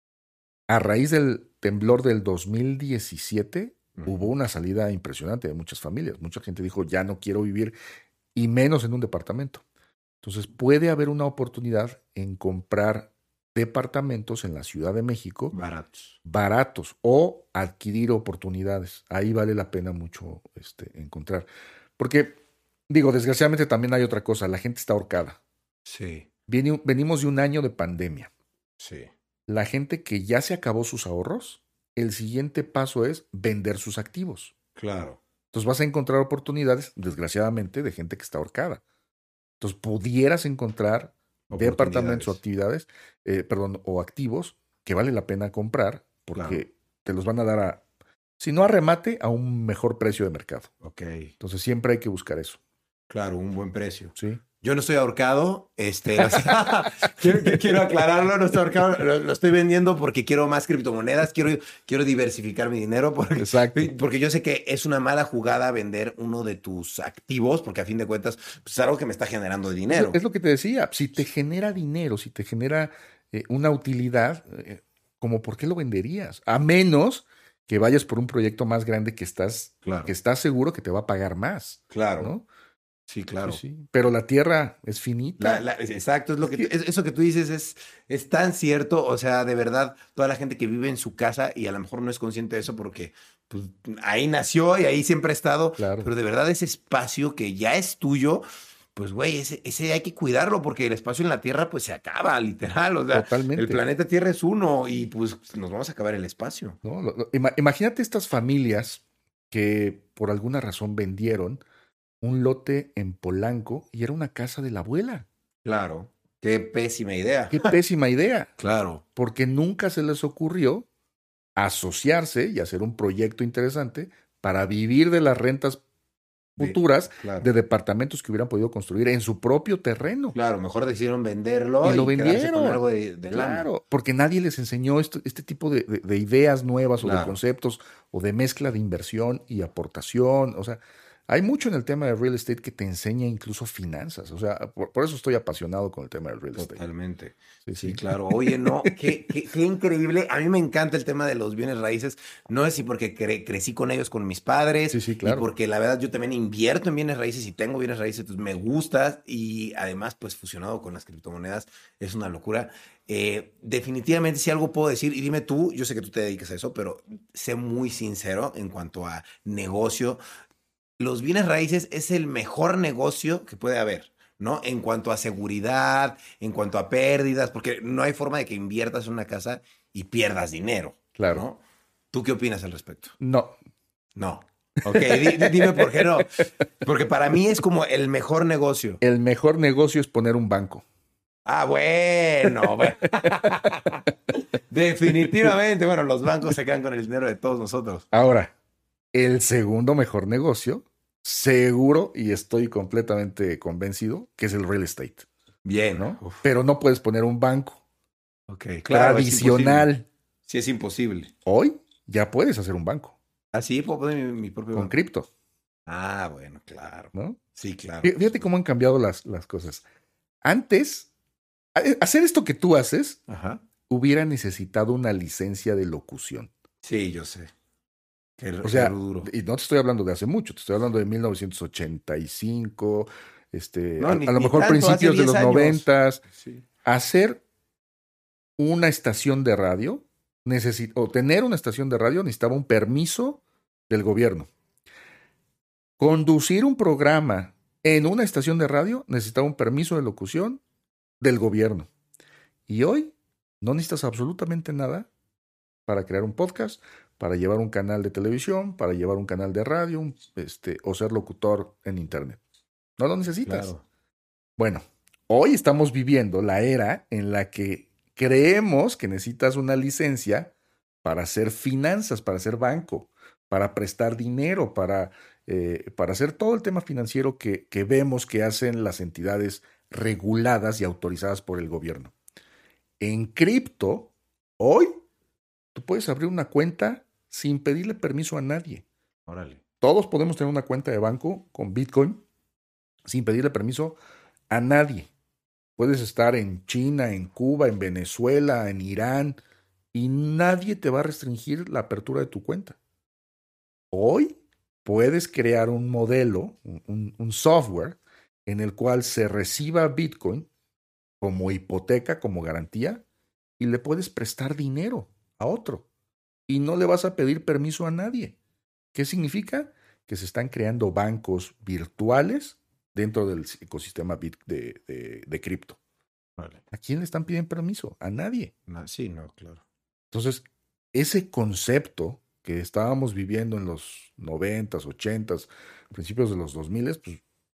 A raíz del temblor del dos mil diecisiete, uh-huh. hubo una salida impresionante de muchas familias. Mucha gente dijo, ya no quiero vivir, y menos en un departamento. Entonces, puede haber una oportunidad en comprar departamentos en la Ciudad de México.
Baratos.
Baratos. O adquirir oportunidades. Ahí vale la pena mucho este, encontrar. Porque, digo, desgraciadamente también hay otra cosa. La gente está ahorcada.
Sí.
Viene, venimos de un año de pandemia.
Sí.
La gente que ya se acabó sus ahorros, el siguiente paso es vender sus activos.
Claro.
Entonces vas a encontrar oportunidades, desgraciadamente, de gente que está ahorcada. Entonces, pudieras encontrar departamentos o
Oportunidades.
actividades, eh, perdón, o activos que vale la pena comprar porque
Claro.
te los van a dar a, si no a remate, a un mejor precio de mercado.
Ok,
Entonces, siempre hay que buscar eso,
claro, un buen precio.
¿sí?
Yo no estoy ahorcado, este, o sea, quiero, quiero aclararlo, no estoy ahorcado, lo, lo estoy vendiendo porque quiero más criptomonedas, quiero, quiero diversificar mi dinero, porque,
Exacto.
porque yo sé que es una mala jugada vender uno de tus activos, porque a fin de cuentas pues, es algo que me está generando
Es
dinero.
lo, es lo que te decía, si te genera dinero, si te genera eh, una utilidad, eh, como ¿por qué lo venderías? A menos que vayas por un proyecto más grande que estás,
Claro.
que estás seguro que te va a pagar más,
Claro,
¿no?
sí, claro.
Sí, sí. Pero la tierra es finita.
La- la- exacto, es lo que,
Sí.
tú- es- eso que tú dices es, es tan cierto, o sea, de verdad, toda la gente que vive en su casa y a lo mejor no es consciente de eso porque pues, ahí nació y ahí siempre ha estado,
Claro.
pero de verdad ese espacio que ya es tuyo, pues güey, ese, ese hay que cuidarlo porque el espacio en la Tierra pues se acaba, literal, o sea,
Totalmente.
el planeta Tierra es uno y pues nos vamos a acabar el espacio.
¿No? Lo- lo- ima- imagínate estas familias que por alguna razón vendieron un lote en Polanco y era una casa de la abuela.
Claro, qué pésima idea.
Qué pésima idea,
Claro,
porque nunca se les ocurrió asociarse y hacer un proyecto interesante para vivir de las rentas
De-
futuras
claro.
de departamentos que hubieran podido construir en su propio terreno.
Claro, mejor decidieron venderlo
Y lo
quedarse con
vendieron.
algo de, de lana.
Claro, porque nadie les enseñó esto- este tipo de, de- de ideas nuevas o de
Claro.
conceptos o de mezcla de inversión y aportación. O sea, hay mucho en el tema de real estate que te enseña incluso finanzas. O sea, por, por eso estoy apasionado con el tema del real estate.
Totalmente.
Sí,
Sí,
sí.
claro. Oye, no, qué, qué, qué increíble. A mí me encanta el tema de los bienes raíces. No es si porque cre- crecí con ellos, con mis padres.
Sí, sí, claro.
Y porque la verdad yo también invierto en bienes raíces y tengo bienes raíces, entonces me gusta. Y además, pues fusionado con las criptomonedas, es una locura. Eh, definitivamente, si algo puedo decir, y dime tú, yo sé que tú te dedicas a eso, pero sé muy sincero en cuanto a negocio. Los bienes raíces es el mejor negocio que puede haber, ¿no? En cuanto a seguridad, en cuanto a pérdidas, porque no hay forma de que inviertas en una casa y pierdas dinero.
Claro.
¿No? ¿Tú qué opinas al respecto?
No,
No. Ok, di- di- dime por qué no. Porque para mí es como el mejor negocio.
el mejor negocio es poner un banco.
Ah, bueno. bueno. Definitivamente. Bueno, los bancos se quedan con el dinero de todos nosotros.
Ahora, el segundo mejor negocio, seguro y estoy completamente convencido que es el real estate,
Bien,
¿no?
Uf,
Pero no puedes poner un banco
ok, claro. es
tradicional.
imposible. Sí, es imposible.
Hoy ya puedes hacer un banco
Ah, sí, puedo poner mi, mi propio
con
banco.
cripto,
Ah, bueno, claro.
¿no?
Sí, claro.
Fí- Fíjate cómo han cambiado las, las cosas. Antes, a- hacer esto que tú haces
Ajá.
hubiera necesitado una licencia de locución.
Sí, yo sé. Qué,
O sea,
qué duro.
y no te estoy hablando de hace mucho, te estoy hablando de mil novecientos ochenta y cinco, este,
No,
a,
ni-
a lo
ni
mejor
tanto, hace
principios de
diez
los
años.
noventas.
Sí.
Hacer una estación de radio, necesi- o tener una estación de radio necesitaba un permiso del gobierno. Conducir un programa en una estación de radio necesitaba un permiso de locución del gobierno. Y hoy no necesitas absolutamente nada para crear un podcast, para llevar un canal de televisión, para llevar un canal de radio, un- este, o ser locutor en internet. No lo necesitas.
Claro.
Bueno, hoy estamos viviendo la era en la que creemos que necesitas una licencia para hacer finanzas, para hacer banco, para prestar dinero, para, eh, para hacer todo el tema financiero que, que vemos que hacen las entidades reguladas y autorizadas por el gobierno. En cripto, hoy, tú puedes abrir una cuenta sin pedirle permiso a nadie.
Órale.
Todos podemos tener una cuenta de banco con Bitcoin sin pedirle permiso a nadie. Puedes estar en China, en Cuba, en Venezuela, en Irán, y nadie te va a restringir la apertura de tu cuenta. Hoy puedes crear un modelo, un, un software, en el cual se reciba Bitcoin como hipoteca, como garantía, y le puedes prestar dinero a otro. Y no le vas a pedir permiso a nadie. ¿Qué significa? Que se están creando bancos virtuales dentro del ecosistema bit de, de, de cripto.
Órale.
¿A quién le están pidiendo permiso? A nadie.
No, sí, no, claro.
Entonces, ese concepto que estábamos viviendo en los noventas, ochentas, principios de los dos miles, pues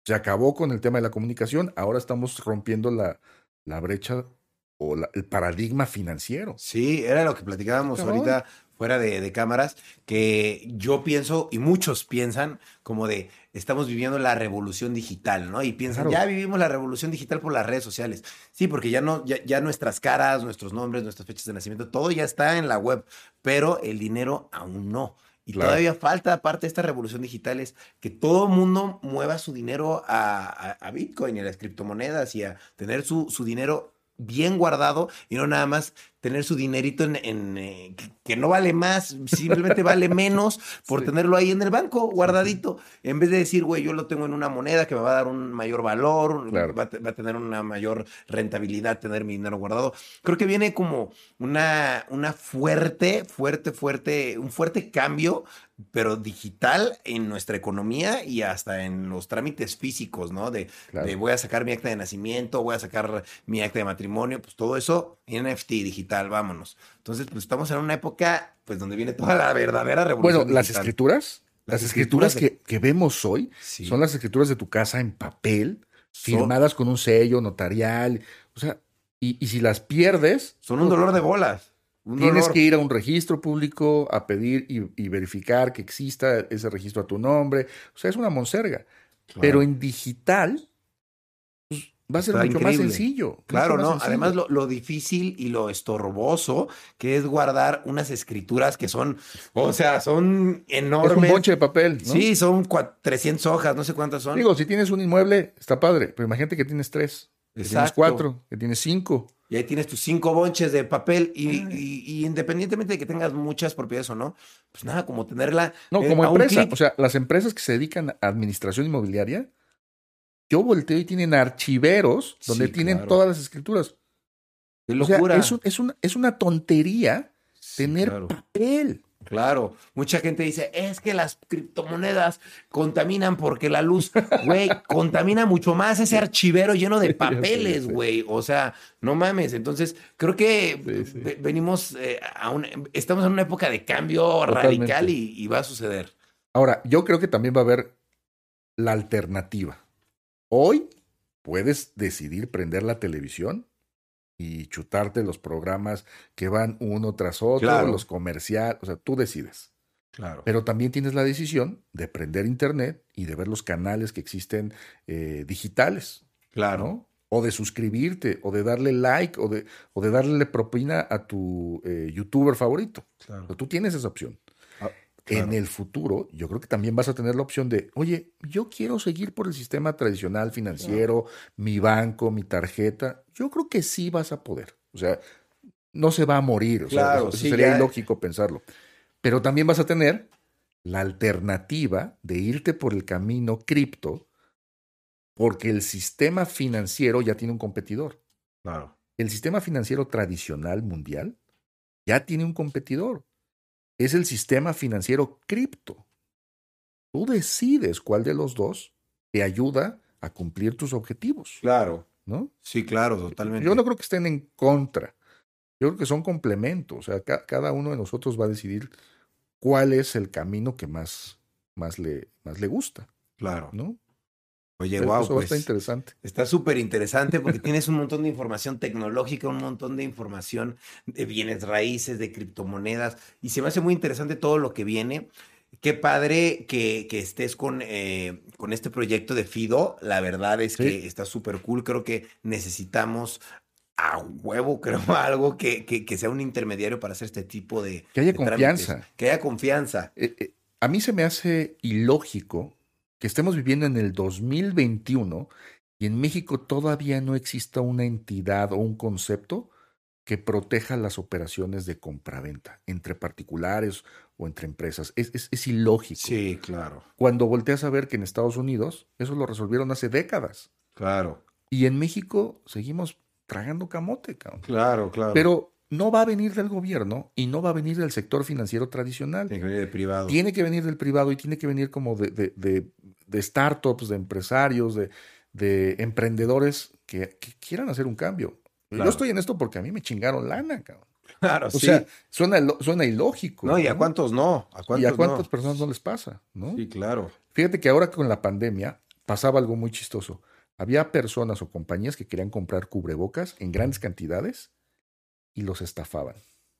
Se acabó con el tema de la comunicación, ahora estamos rompiendo la, la brecha o la, el paradigma financiero.
Sí, era lo que platicábamos
Cabrón.
ahorita fuera de, de cámaras, que yo pienso, y muchos piensan, como de, estamos viviendo la revolución digital, ¿no? Y piensan,
Claro.
ya vivimos la revolución digital por las redes sociales. Sí, porque ya no, ya, ya nuestras caras, nuestros nombres, nuestras fechas de nacimiento, todo ya está en la web, pero el dinero aún no. Y
Claro.
todavía falta, aparte de esta revolución digital, es que todo el mundo mueva su dinero a, a, a Bitcoin y a las criptomonedas y a tener su, su dinero bien guardado y no nada más tener su dinerito en, en eh, que, que no vale más, simplemente vale menos por
Sí.
tenerlo ahí en el banco guardadito, en vez de decir, güey, yo lo tengo en una moneda que me va a dar un mayor valor,
Claro.
va, a te- va a tener una mayor rentabilidad tener mi dinero guardado. Creo que viene como una, una fuerte, fuerte, fuerte, un fuerte cambio, pero digital en nuestra economía y hasta en los trámites físicos, ¿no? De,
Claro.
de voy a sacar mi acta de nacimiento, voy a sacar mi acta de matrimonio, pues todo eso N F T digital, vámonos. Entonces, pues estamos en una época, pues donde viene toda la verdadera revolución
Bueno, las
digital.
escrituras,
Las
las escrituras
escrituras
que, que vemos hoy
Sí.
son las escrituras de tu casa en papel,
Son-
firmadas con un sello notarial. O sea, y, y si las pierdes,
Son un dolor de bolas. Un
tienes
dolor.
que ir a un registro público a pedir y, y verificar que exista ese registro a tu nombre. O sea, es una monserga.
Claro.
Pero en digital, pues, va a ser
Está
mucho más
increíble.
sencillo.
Claro,
mucho más
¿no?
sencillo.
Además, lo, lo difícil y lo estorboso que es guardar unas escrituras que son, o sea, son
es
enormes.
un bonche de papel, ¿no?
Sí, son cua- trescientas hojas, no sé cuántas son.
Digo, si tienes un inmueble, está padre. Pero imagínate que tienes tres, que tienes
Exacto.
cuatro, que tienes cinco.
Y ahí tienes tus cinco bonches de papel y,
Ay.
y- y independientemente de que tengas muchas propiedades o no, pues nada, como tenerla
No,
eh,
como
a un
empresa.
clic.
O sea, las empresas que se dedican a administración inmobiliaria, yo volteo y tienen archiveros donde
Sí,
tienen
claro.
todas las escrituras.
Qué
O sea,
locura.
es, un- es, una, es una tontería
Sí,
tener
claro.
papel.
Claro, mucha gente dice, es que las criptomonedas contaminan porque la luz, güey, contamina mucho más ese archivero lleno de
Ya sé, ya
papeles,
sé.
güey. O sea, no mames. Entonces, creo que
Sí, sí.
ve- venimos eh, a un, estamos en una época de cambio
Totalmente.
radical y, y va a suceder.
Ahora, yo creo que también va a haber la alternativa. Hoy puedes decidir prender la televisión y chutarte los programas que van uno tras otro,
Claro.
los comerciales, o sea, tú decides.
Claro.
Pero también tienes la decisión de prender internet y de ver los canales que existen eh, digitales,
Claro.
¿no? O de suscribirte, o de darle like, o de, o de darle propina a tu eh, youtuber favorito.
Claro.
O sea, tú tienes esa opción.
Ah, claro.
En el futuro, yo creo que también vas a tener la opción de, oye, yo quiero seguir por el sistema tradicional financiero, mi banco, mi tarjeta. Yo creo que sí vas a poder. O sea, no se va a morir. O sea,
Claro,
eso
sí,
sería
ya-
ilógico pensarlo. Pero también vas a tener la alternativa de irte por el camino cripto, porque el sistema financiero ya tiene un competidor.
Claro.
El sistema financiero tradicional mundial ya tiene un competidor. Es el sistema financiero cripto. Tú decides cuál de los dos te ayuda a cumplir tus objetivos,
Claro.
¿no?
Sí, claro, totalmente.
Yo no creo que estén en contra. Yo creo que son complementos. O sea, ca- cada uno de nosotros va a decidir cuál es el camino que más, más, le, más le gusta,
Claro.
¿no?
Oye,
Eso
wow,
va a
pues
estar interesante.
está súper interesante porque tienes un montón de información tecnológica, un montón de información de bienes raíces, de criptomonedas, y se me hace muy interesante todo lo que viene. Qué padre que, que estés con, eh, con este proyecto de Fido. La verdad es
Sí.
que está súper cool. Creo que necesitamos a huevo, creo, algo que, que, que sea un intermediario para hacer este tipo de
Que haya
de trámites.
confianza.
Que haya confianza.
Eh, eh, a mí se me hace ilógico que estemos viviendo en el dos mil veintiuno y en México todavía no exista una entidad o un concepto que proteja las operaciones de compraventa entre particulares o entre empresas. Es, es, es ilógico.
Sí, claro,
Cuando volteas a ver que en Estados Unidos eso lo resolvieron hace décadas
claro,
y en México seguimos tragando camote, cabrón.
claro, claro.
Pero no va a venir del gobierno y no va a venir del sector financiero tradicional.
Tiene que venir de privado.
Tiene que venir del privado y tiene que venir como de, de, de, de startups, de empresarios, de, de emprendedores que, que quieran hacer un cambio.
Claro.
Yo estoy en esto porque a mí me chingaron lana, cabrón.
Claro,
O
sí.
sea, suena, lo- suena ilógico.
no, ¿y a cuántos no? ¿A cuántos
¿Y a cuántas
no?
personas no les pasa? ¿no?
Sí, claro.
Fíjate que ahora con la pandemia, pasaba algo muy chistoso. Había personas o compañías que querían comprar cubrebocas en grandes cantidades y los estafaban.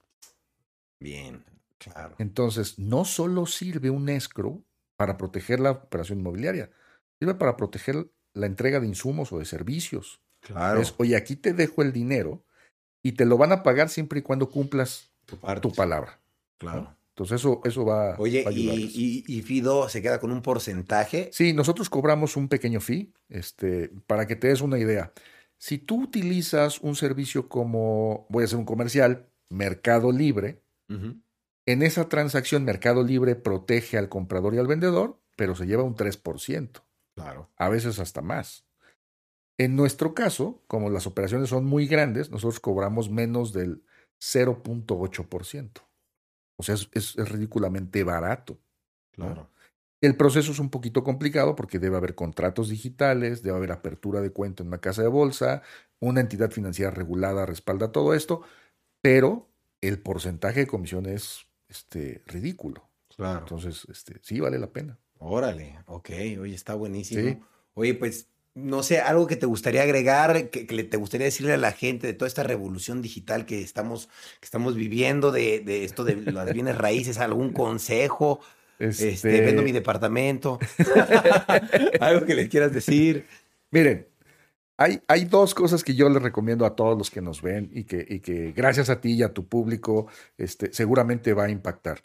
Bien, claro.
Entonces, no solo sirve un escrow para proteger la operación inmobiliaria, sirve para proteger la entrega de insumos o de servicios.
Claro.
Es, oye, aquí te dejo el dinero y te lo van a pagar siempre y cuando cumplas
tu, parte.
tu palabra.
Claro.
¿No? Entonces eso, eso va,
Oye,
va a ayudarles.
y, y, y Fido se queda con un porcentaje.
Sí, nosotros cobramos un pequeño fee, este, para que te des una idea. Si tú utilizas un servicio como, voy a hacer un comercial, Mercado Libre, uh-huh. En esa transacción Mercado Libre protege al comprador y al vendedor, pero se lleva un tres por ciento.
Claro.
A veces hasta más. En nuestro caso, como las operaciones son muy grandes, nosotros cobramos menos del cero punto ocho por ciento. O sea, es, es, es ridículamente barato.
Claro.
¿No? El proceso es un poquito complicado porque debe haber contratos digitales, debe haber apertura de cuenta en una casa de bolsa, una entidad financiera regulada respalda todo esto, pero el porcentaje de comisión es este, ridículo.
Claro.
Entonces, este, sí vale la pena.
Órale, ok, oye, está buenísimo.
Sí.
Oye, pues, no sé, algo que te gustaría agregar, que, que te gustaría decirle a la gente de toda esta revolución digital que estamos, que estamos viviendo, de, de esto de las bienes raíces, algún consejo. Este, este vendo mi departamento. Algo que les quieras decir.
Miren, hay, hay dos cosas que yo les recomiendo a todos los que nos ven y que, y que gracias a ti y a tu público este, seguramente va a impactar.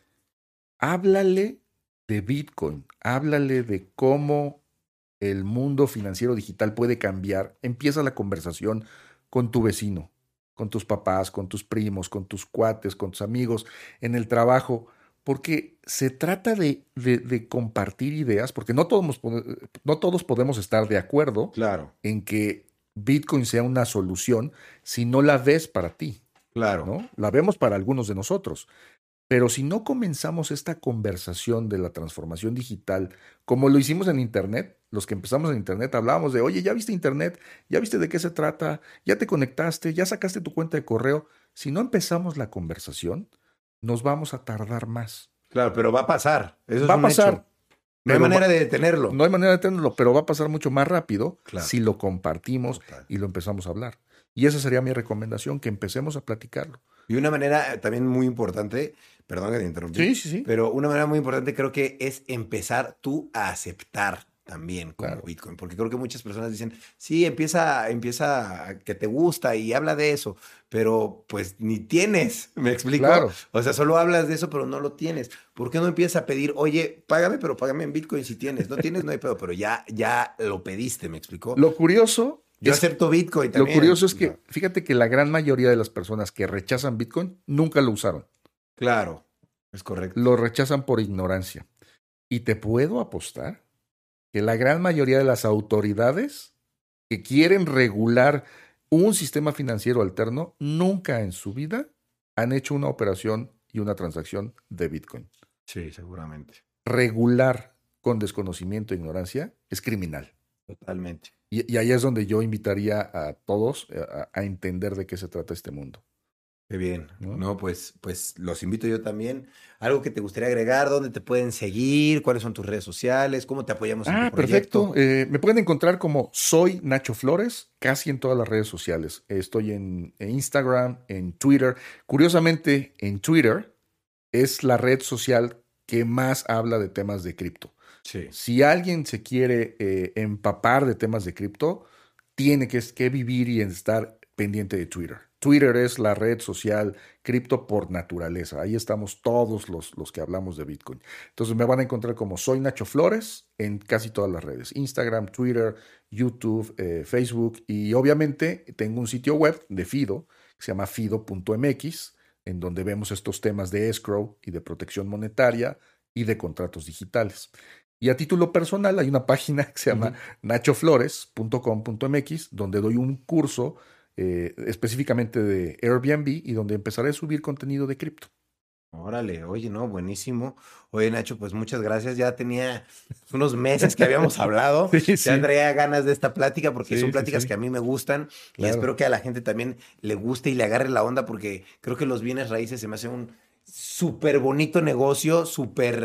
Háblale de Bitcoin, háblale de cómo el mundo financiero digital puede cambiar. Empieza la conversación con tu vecino, con tus papás, con tus primos, con tus cuates, con tus amigos, en el trabajo, porque se trata de, de, de compartir ideas, porque no todos, no todos podemos estar de acuerdo
claro.
en que Bitcoin sea una solución si no la ves para ti.
Claro.
¿No? La vemos para algunos de nosotros. Pero si no comenzamos esta conversación de la transformación digital, como lo hicimos en Internet, los que empezamos en Internet hablábamos de, oye, ¿ya viste Internet? ¿Ya viste de qué se trata? ¿Ya te conectaste? ¿Ya sacaste tu cuenta de correo? Si no empezamos la conversación, nos vamos a tardar más.
Claro, pero va a pasar. Eso
va
es un
a pasar.
Hecho. No hay manera de detenerlo.
No hay manera de detenerlo, pero va a pasar mucho más rápido
claro.
si lo compartimos Total. Y lo empezamos a hablar. Y esa sería mi recomendación, que empecemos a platicarlo.
Y una manera también muy importante, perdón que te interrumpí,
sí, sí, sí.
pero una manera muy importante creo que es empezar tú a aceptar también como
claro.
Bitcoin, porque creo que muchas personas dicen, sí, empieza, empieza que te gusta y habla de eso, pero pues ni tienes, ¿me explico?
Claro.
O sea, solo hablas de eso, pero no lo tienes. ¿Por qué no empiezas a pedir, oye, págame, pero págame en Bitcoin si tienes? No tienes, no hay pedo, pero ya, ya lo pediste, ¿me explicó?
Lo curioso...
Yo
es,
acepto Bitcoin también.
Lo curioso es que, fíjate que la gran mayoría de las personas que rechazan Bitcoin nunca lo usaron.
Claro, es correcto.
Lo rechazan por ignorancia. Y te puedo apostar que la gran mayoría de las autoridades que quieren regular un sistema financiero alterno nunca en su vida han hecho una operación y una transacción de Bitcoin.
Sí, seguramente.
Regular con desconocimiento e ignorancia es criminal.
Totalmente.
Y, y ahí es donde yo invitaría a todos a, a entender de qué se trata este mundo.
Qué bien. ¿No? no, pues, pues los invito yo también. Algo que te gustaría agregar, dónde te pueden seguir, cuáles son tus redes sociales, cómo te apoyamos en
ah,
tu proyecto.
Perfecto. Eh, me pueden encontrar como Soy Nacho Flores, casi en todas las redes sociales. Estoy en, en Instagram, en Twitter. Curiosamente, en Twitter es la red social que más habla de temas de cripto.
Sí.
Si alguien se quiere eh, empapar de temas de cripto, tiene que, que vivir y estar pendiente de Twitter. Twitter es la red social cripto por naturaleza. Ahí estamos todos los, los que hablamos de Bitcoin. Entonces me van a encontrar como Soy Nacho Flores en casi todas las redes. Instagram, Twitter, YouTube, eh, Facebook. Y obviamente tengo un sitio web de Fido que se llama fido punto m x, en donde vemos estos temas de escrow y de protección monetaria y de contratos digitales. Y a título personal hay una página que se llama uh-huh. nacho flores punto com punto m x, donde doy un curso eh, específicamente de Airbnb y donde empezaré a subir contenido de cripto.
Órale, oye, no, buenísimo. Oye, Nacho, pues muchas gracias. Ya tenía unos meses que habíamos hablado.
Sí, sí.
Ya traía ganas de esta plática porque
sí,
son pláticas
sí, sí.
que a mí me gustan.
Claro.
Y espero que a la gente también le guste y le agarre la onda porque creo que los bienes raíces se me hace un súper bonito negocio, súper...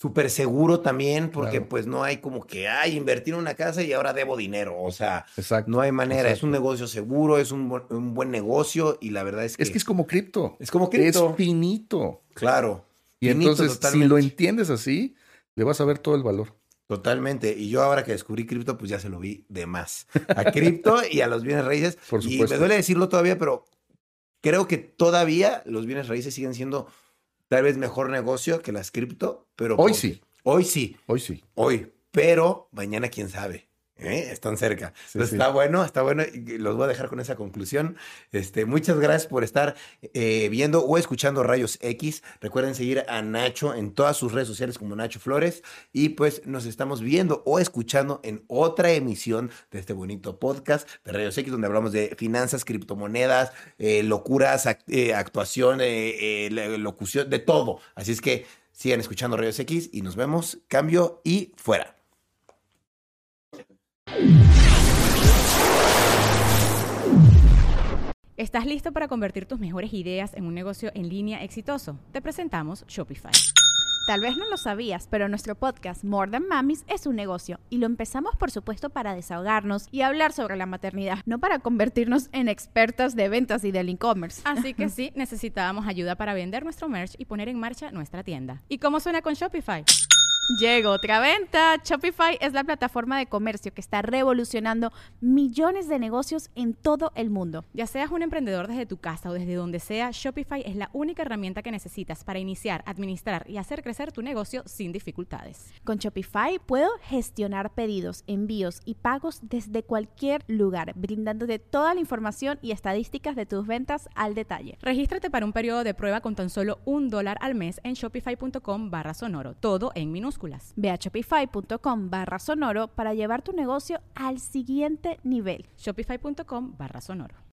súper seguro también, porque
Claro.
pues no hay como que, ay, invertir en una casa y ahora debo dinero. O sea,
Exacto.
no hay manera.
Exacto.
Es un negocio seguro, es un, bu- un buen negocio y la verdad es que...
Es que es como cripto.
Es como cripto.
Es finito.
Claro.
Y
finito,
entonces,
totalmente.
si lo entiendes así, le vas a ver todo el valor.
Totalmente. Y yo ahora que descubrí cripto, pues ya se lo vi de más. A cripto y a los bienes raíces.
Por
Y
supuesto.
me duele decirlo todavía, pero creo que todavía los bienes raíces siguen siendo tal vez mejor negocio que las cripto. Pero
Hoy
porque-
sí.
Hoy sí.
Hoy sí.
Hoy. Pero mañana quién sabe. ¿eh? Están cerca.
Sí,
Entonces
sí.
está bueno, está bueno. Y los voy a dejar con esa conclusión. Este, muchas gracias por estar eh, viendo o escuchando Rayos X. Recuerden seguir a Nacho en todas sus redes sociales como Nacho Flores. Y pues nos estamos viendo o escuchando en otra emisión de este bonito podcast de Rayos X, donde hablamos de finanzas, criptomonedas, eh, locuras, act- eh, actuación, eh, eh, la- locución, de todo. Así es que sigan escuchando Rayos X y nos vemos. Cambio y fuera.
¿Estás listo para convertir tus mejores ideas en un negocio en línea exitoso? Te presentamos Shopify.
Tal vez no lo sabías, pero nuestro podcast More Than Mamis es un negocio y lo empezamos por supuesto para desahogarnos y hablar sobre la maternidad, no para convertirnos en expertas de ventas y del e-commerce.
Así que sí, necesitábamos ayuda para vender nuestro merch y poner en marcha nuestra tienda. ¿Y cómo suena con Shopify?
Llegó otra venta. Shopify es la plataforma de comercio que está revolucionando millones de negocios en todo el mundo.
Ya seas un emprendedor desde tu casa o desde donde sea, Shopify es la única herramienta que necesitas para iniciar, administrar y hacer crecer tu negocio sin dificultades.
Con Shopify puedo gestionar pedidos, envíos y pagos desde cualquier lugar, brindándote toda la información y estadísticas de tus ventas al detalle.
Regístrate para un periodo de prueba con tan solo un dólar al mes en shopify.com barra sonoro, todo en minúsculas.
Ve a shopify.com barra sonoro para llevar tu negocio al siguiente nivel.
Shopify.com barra sonoro.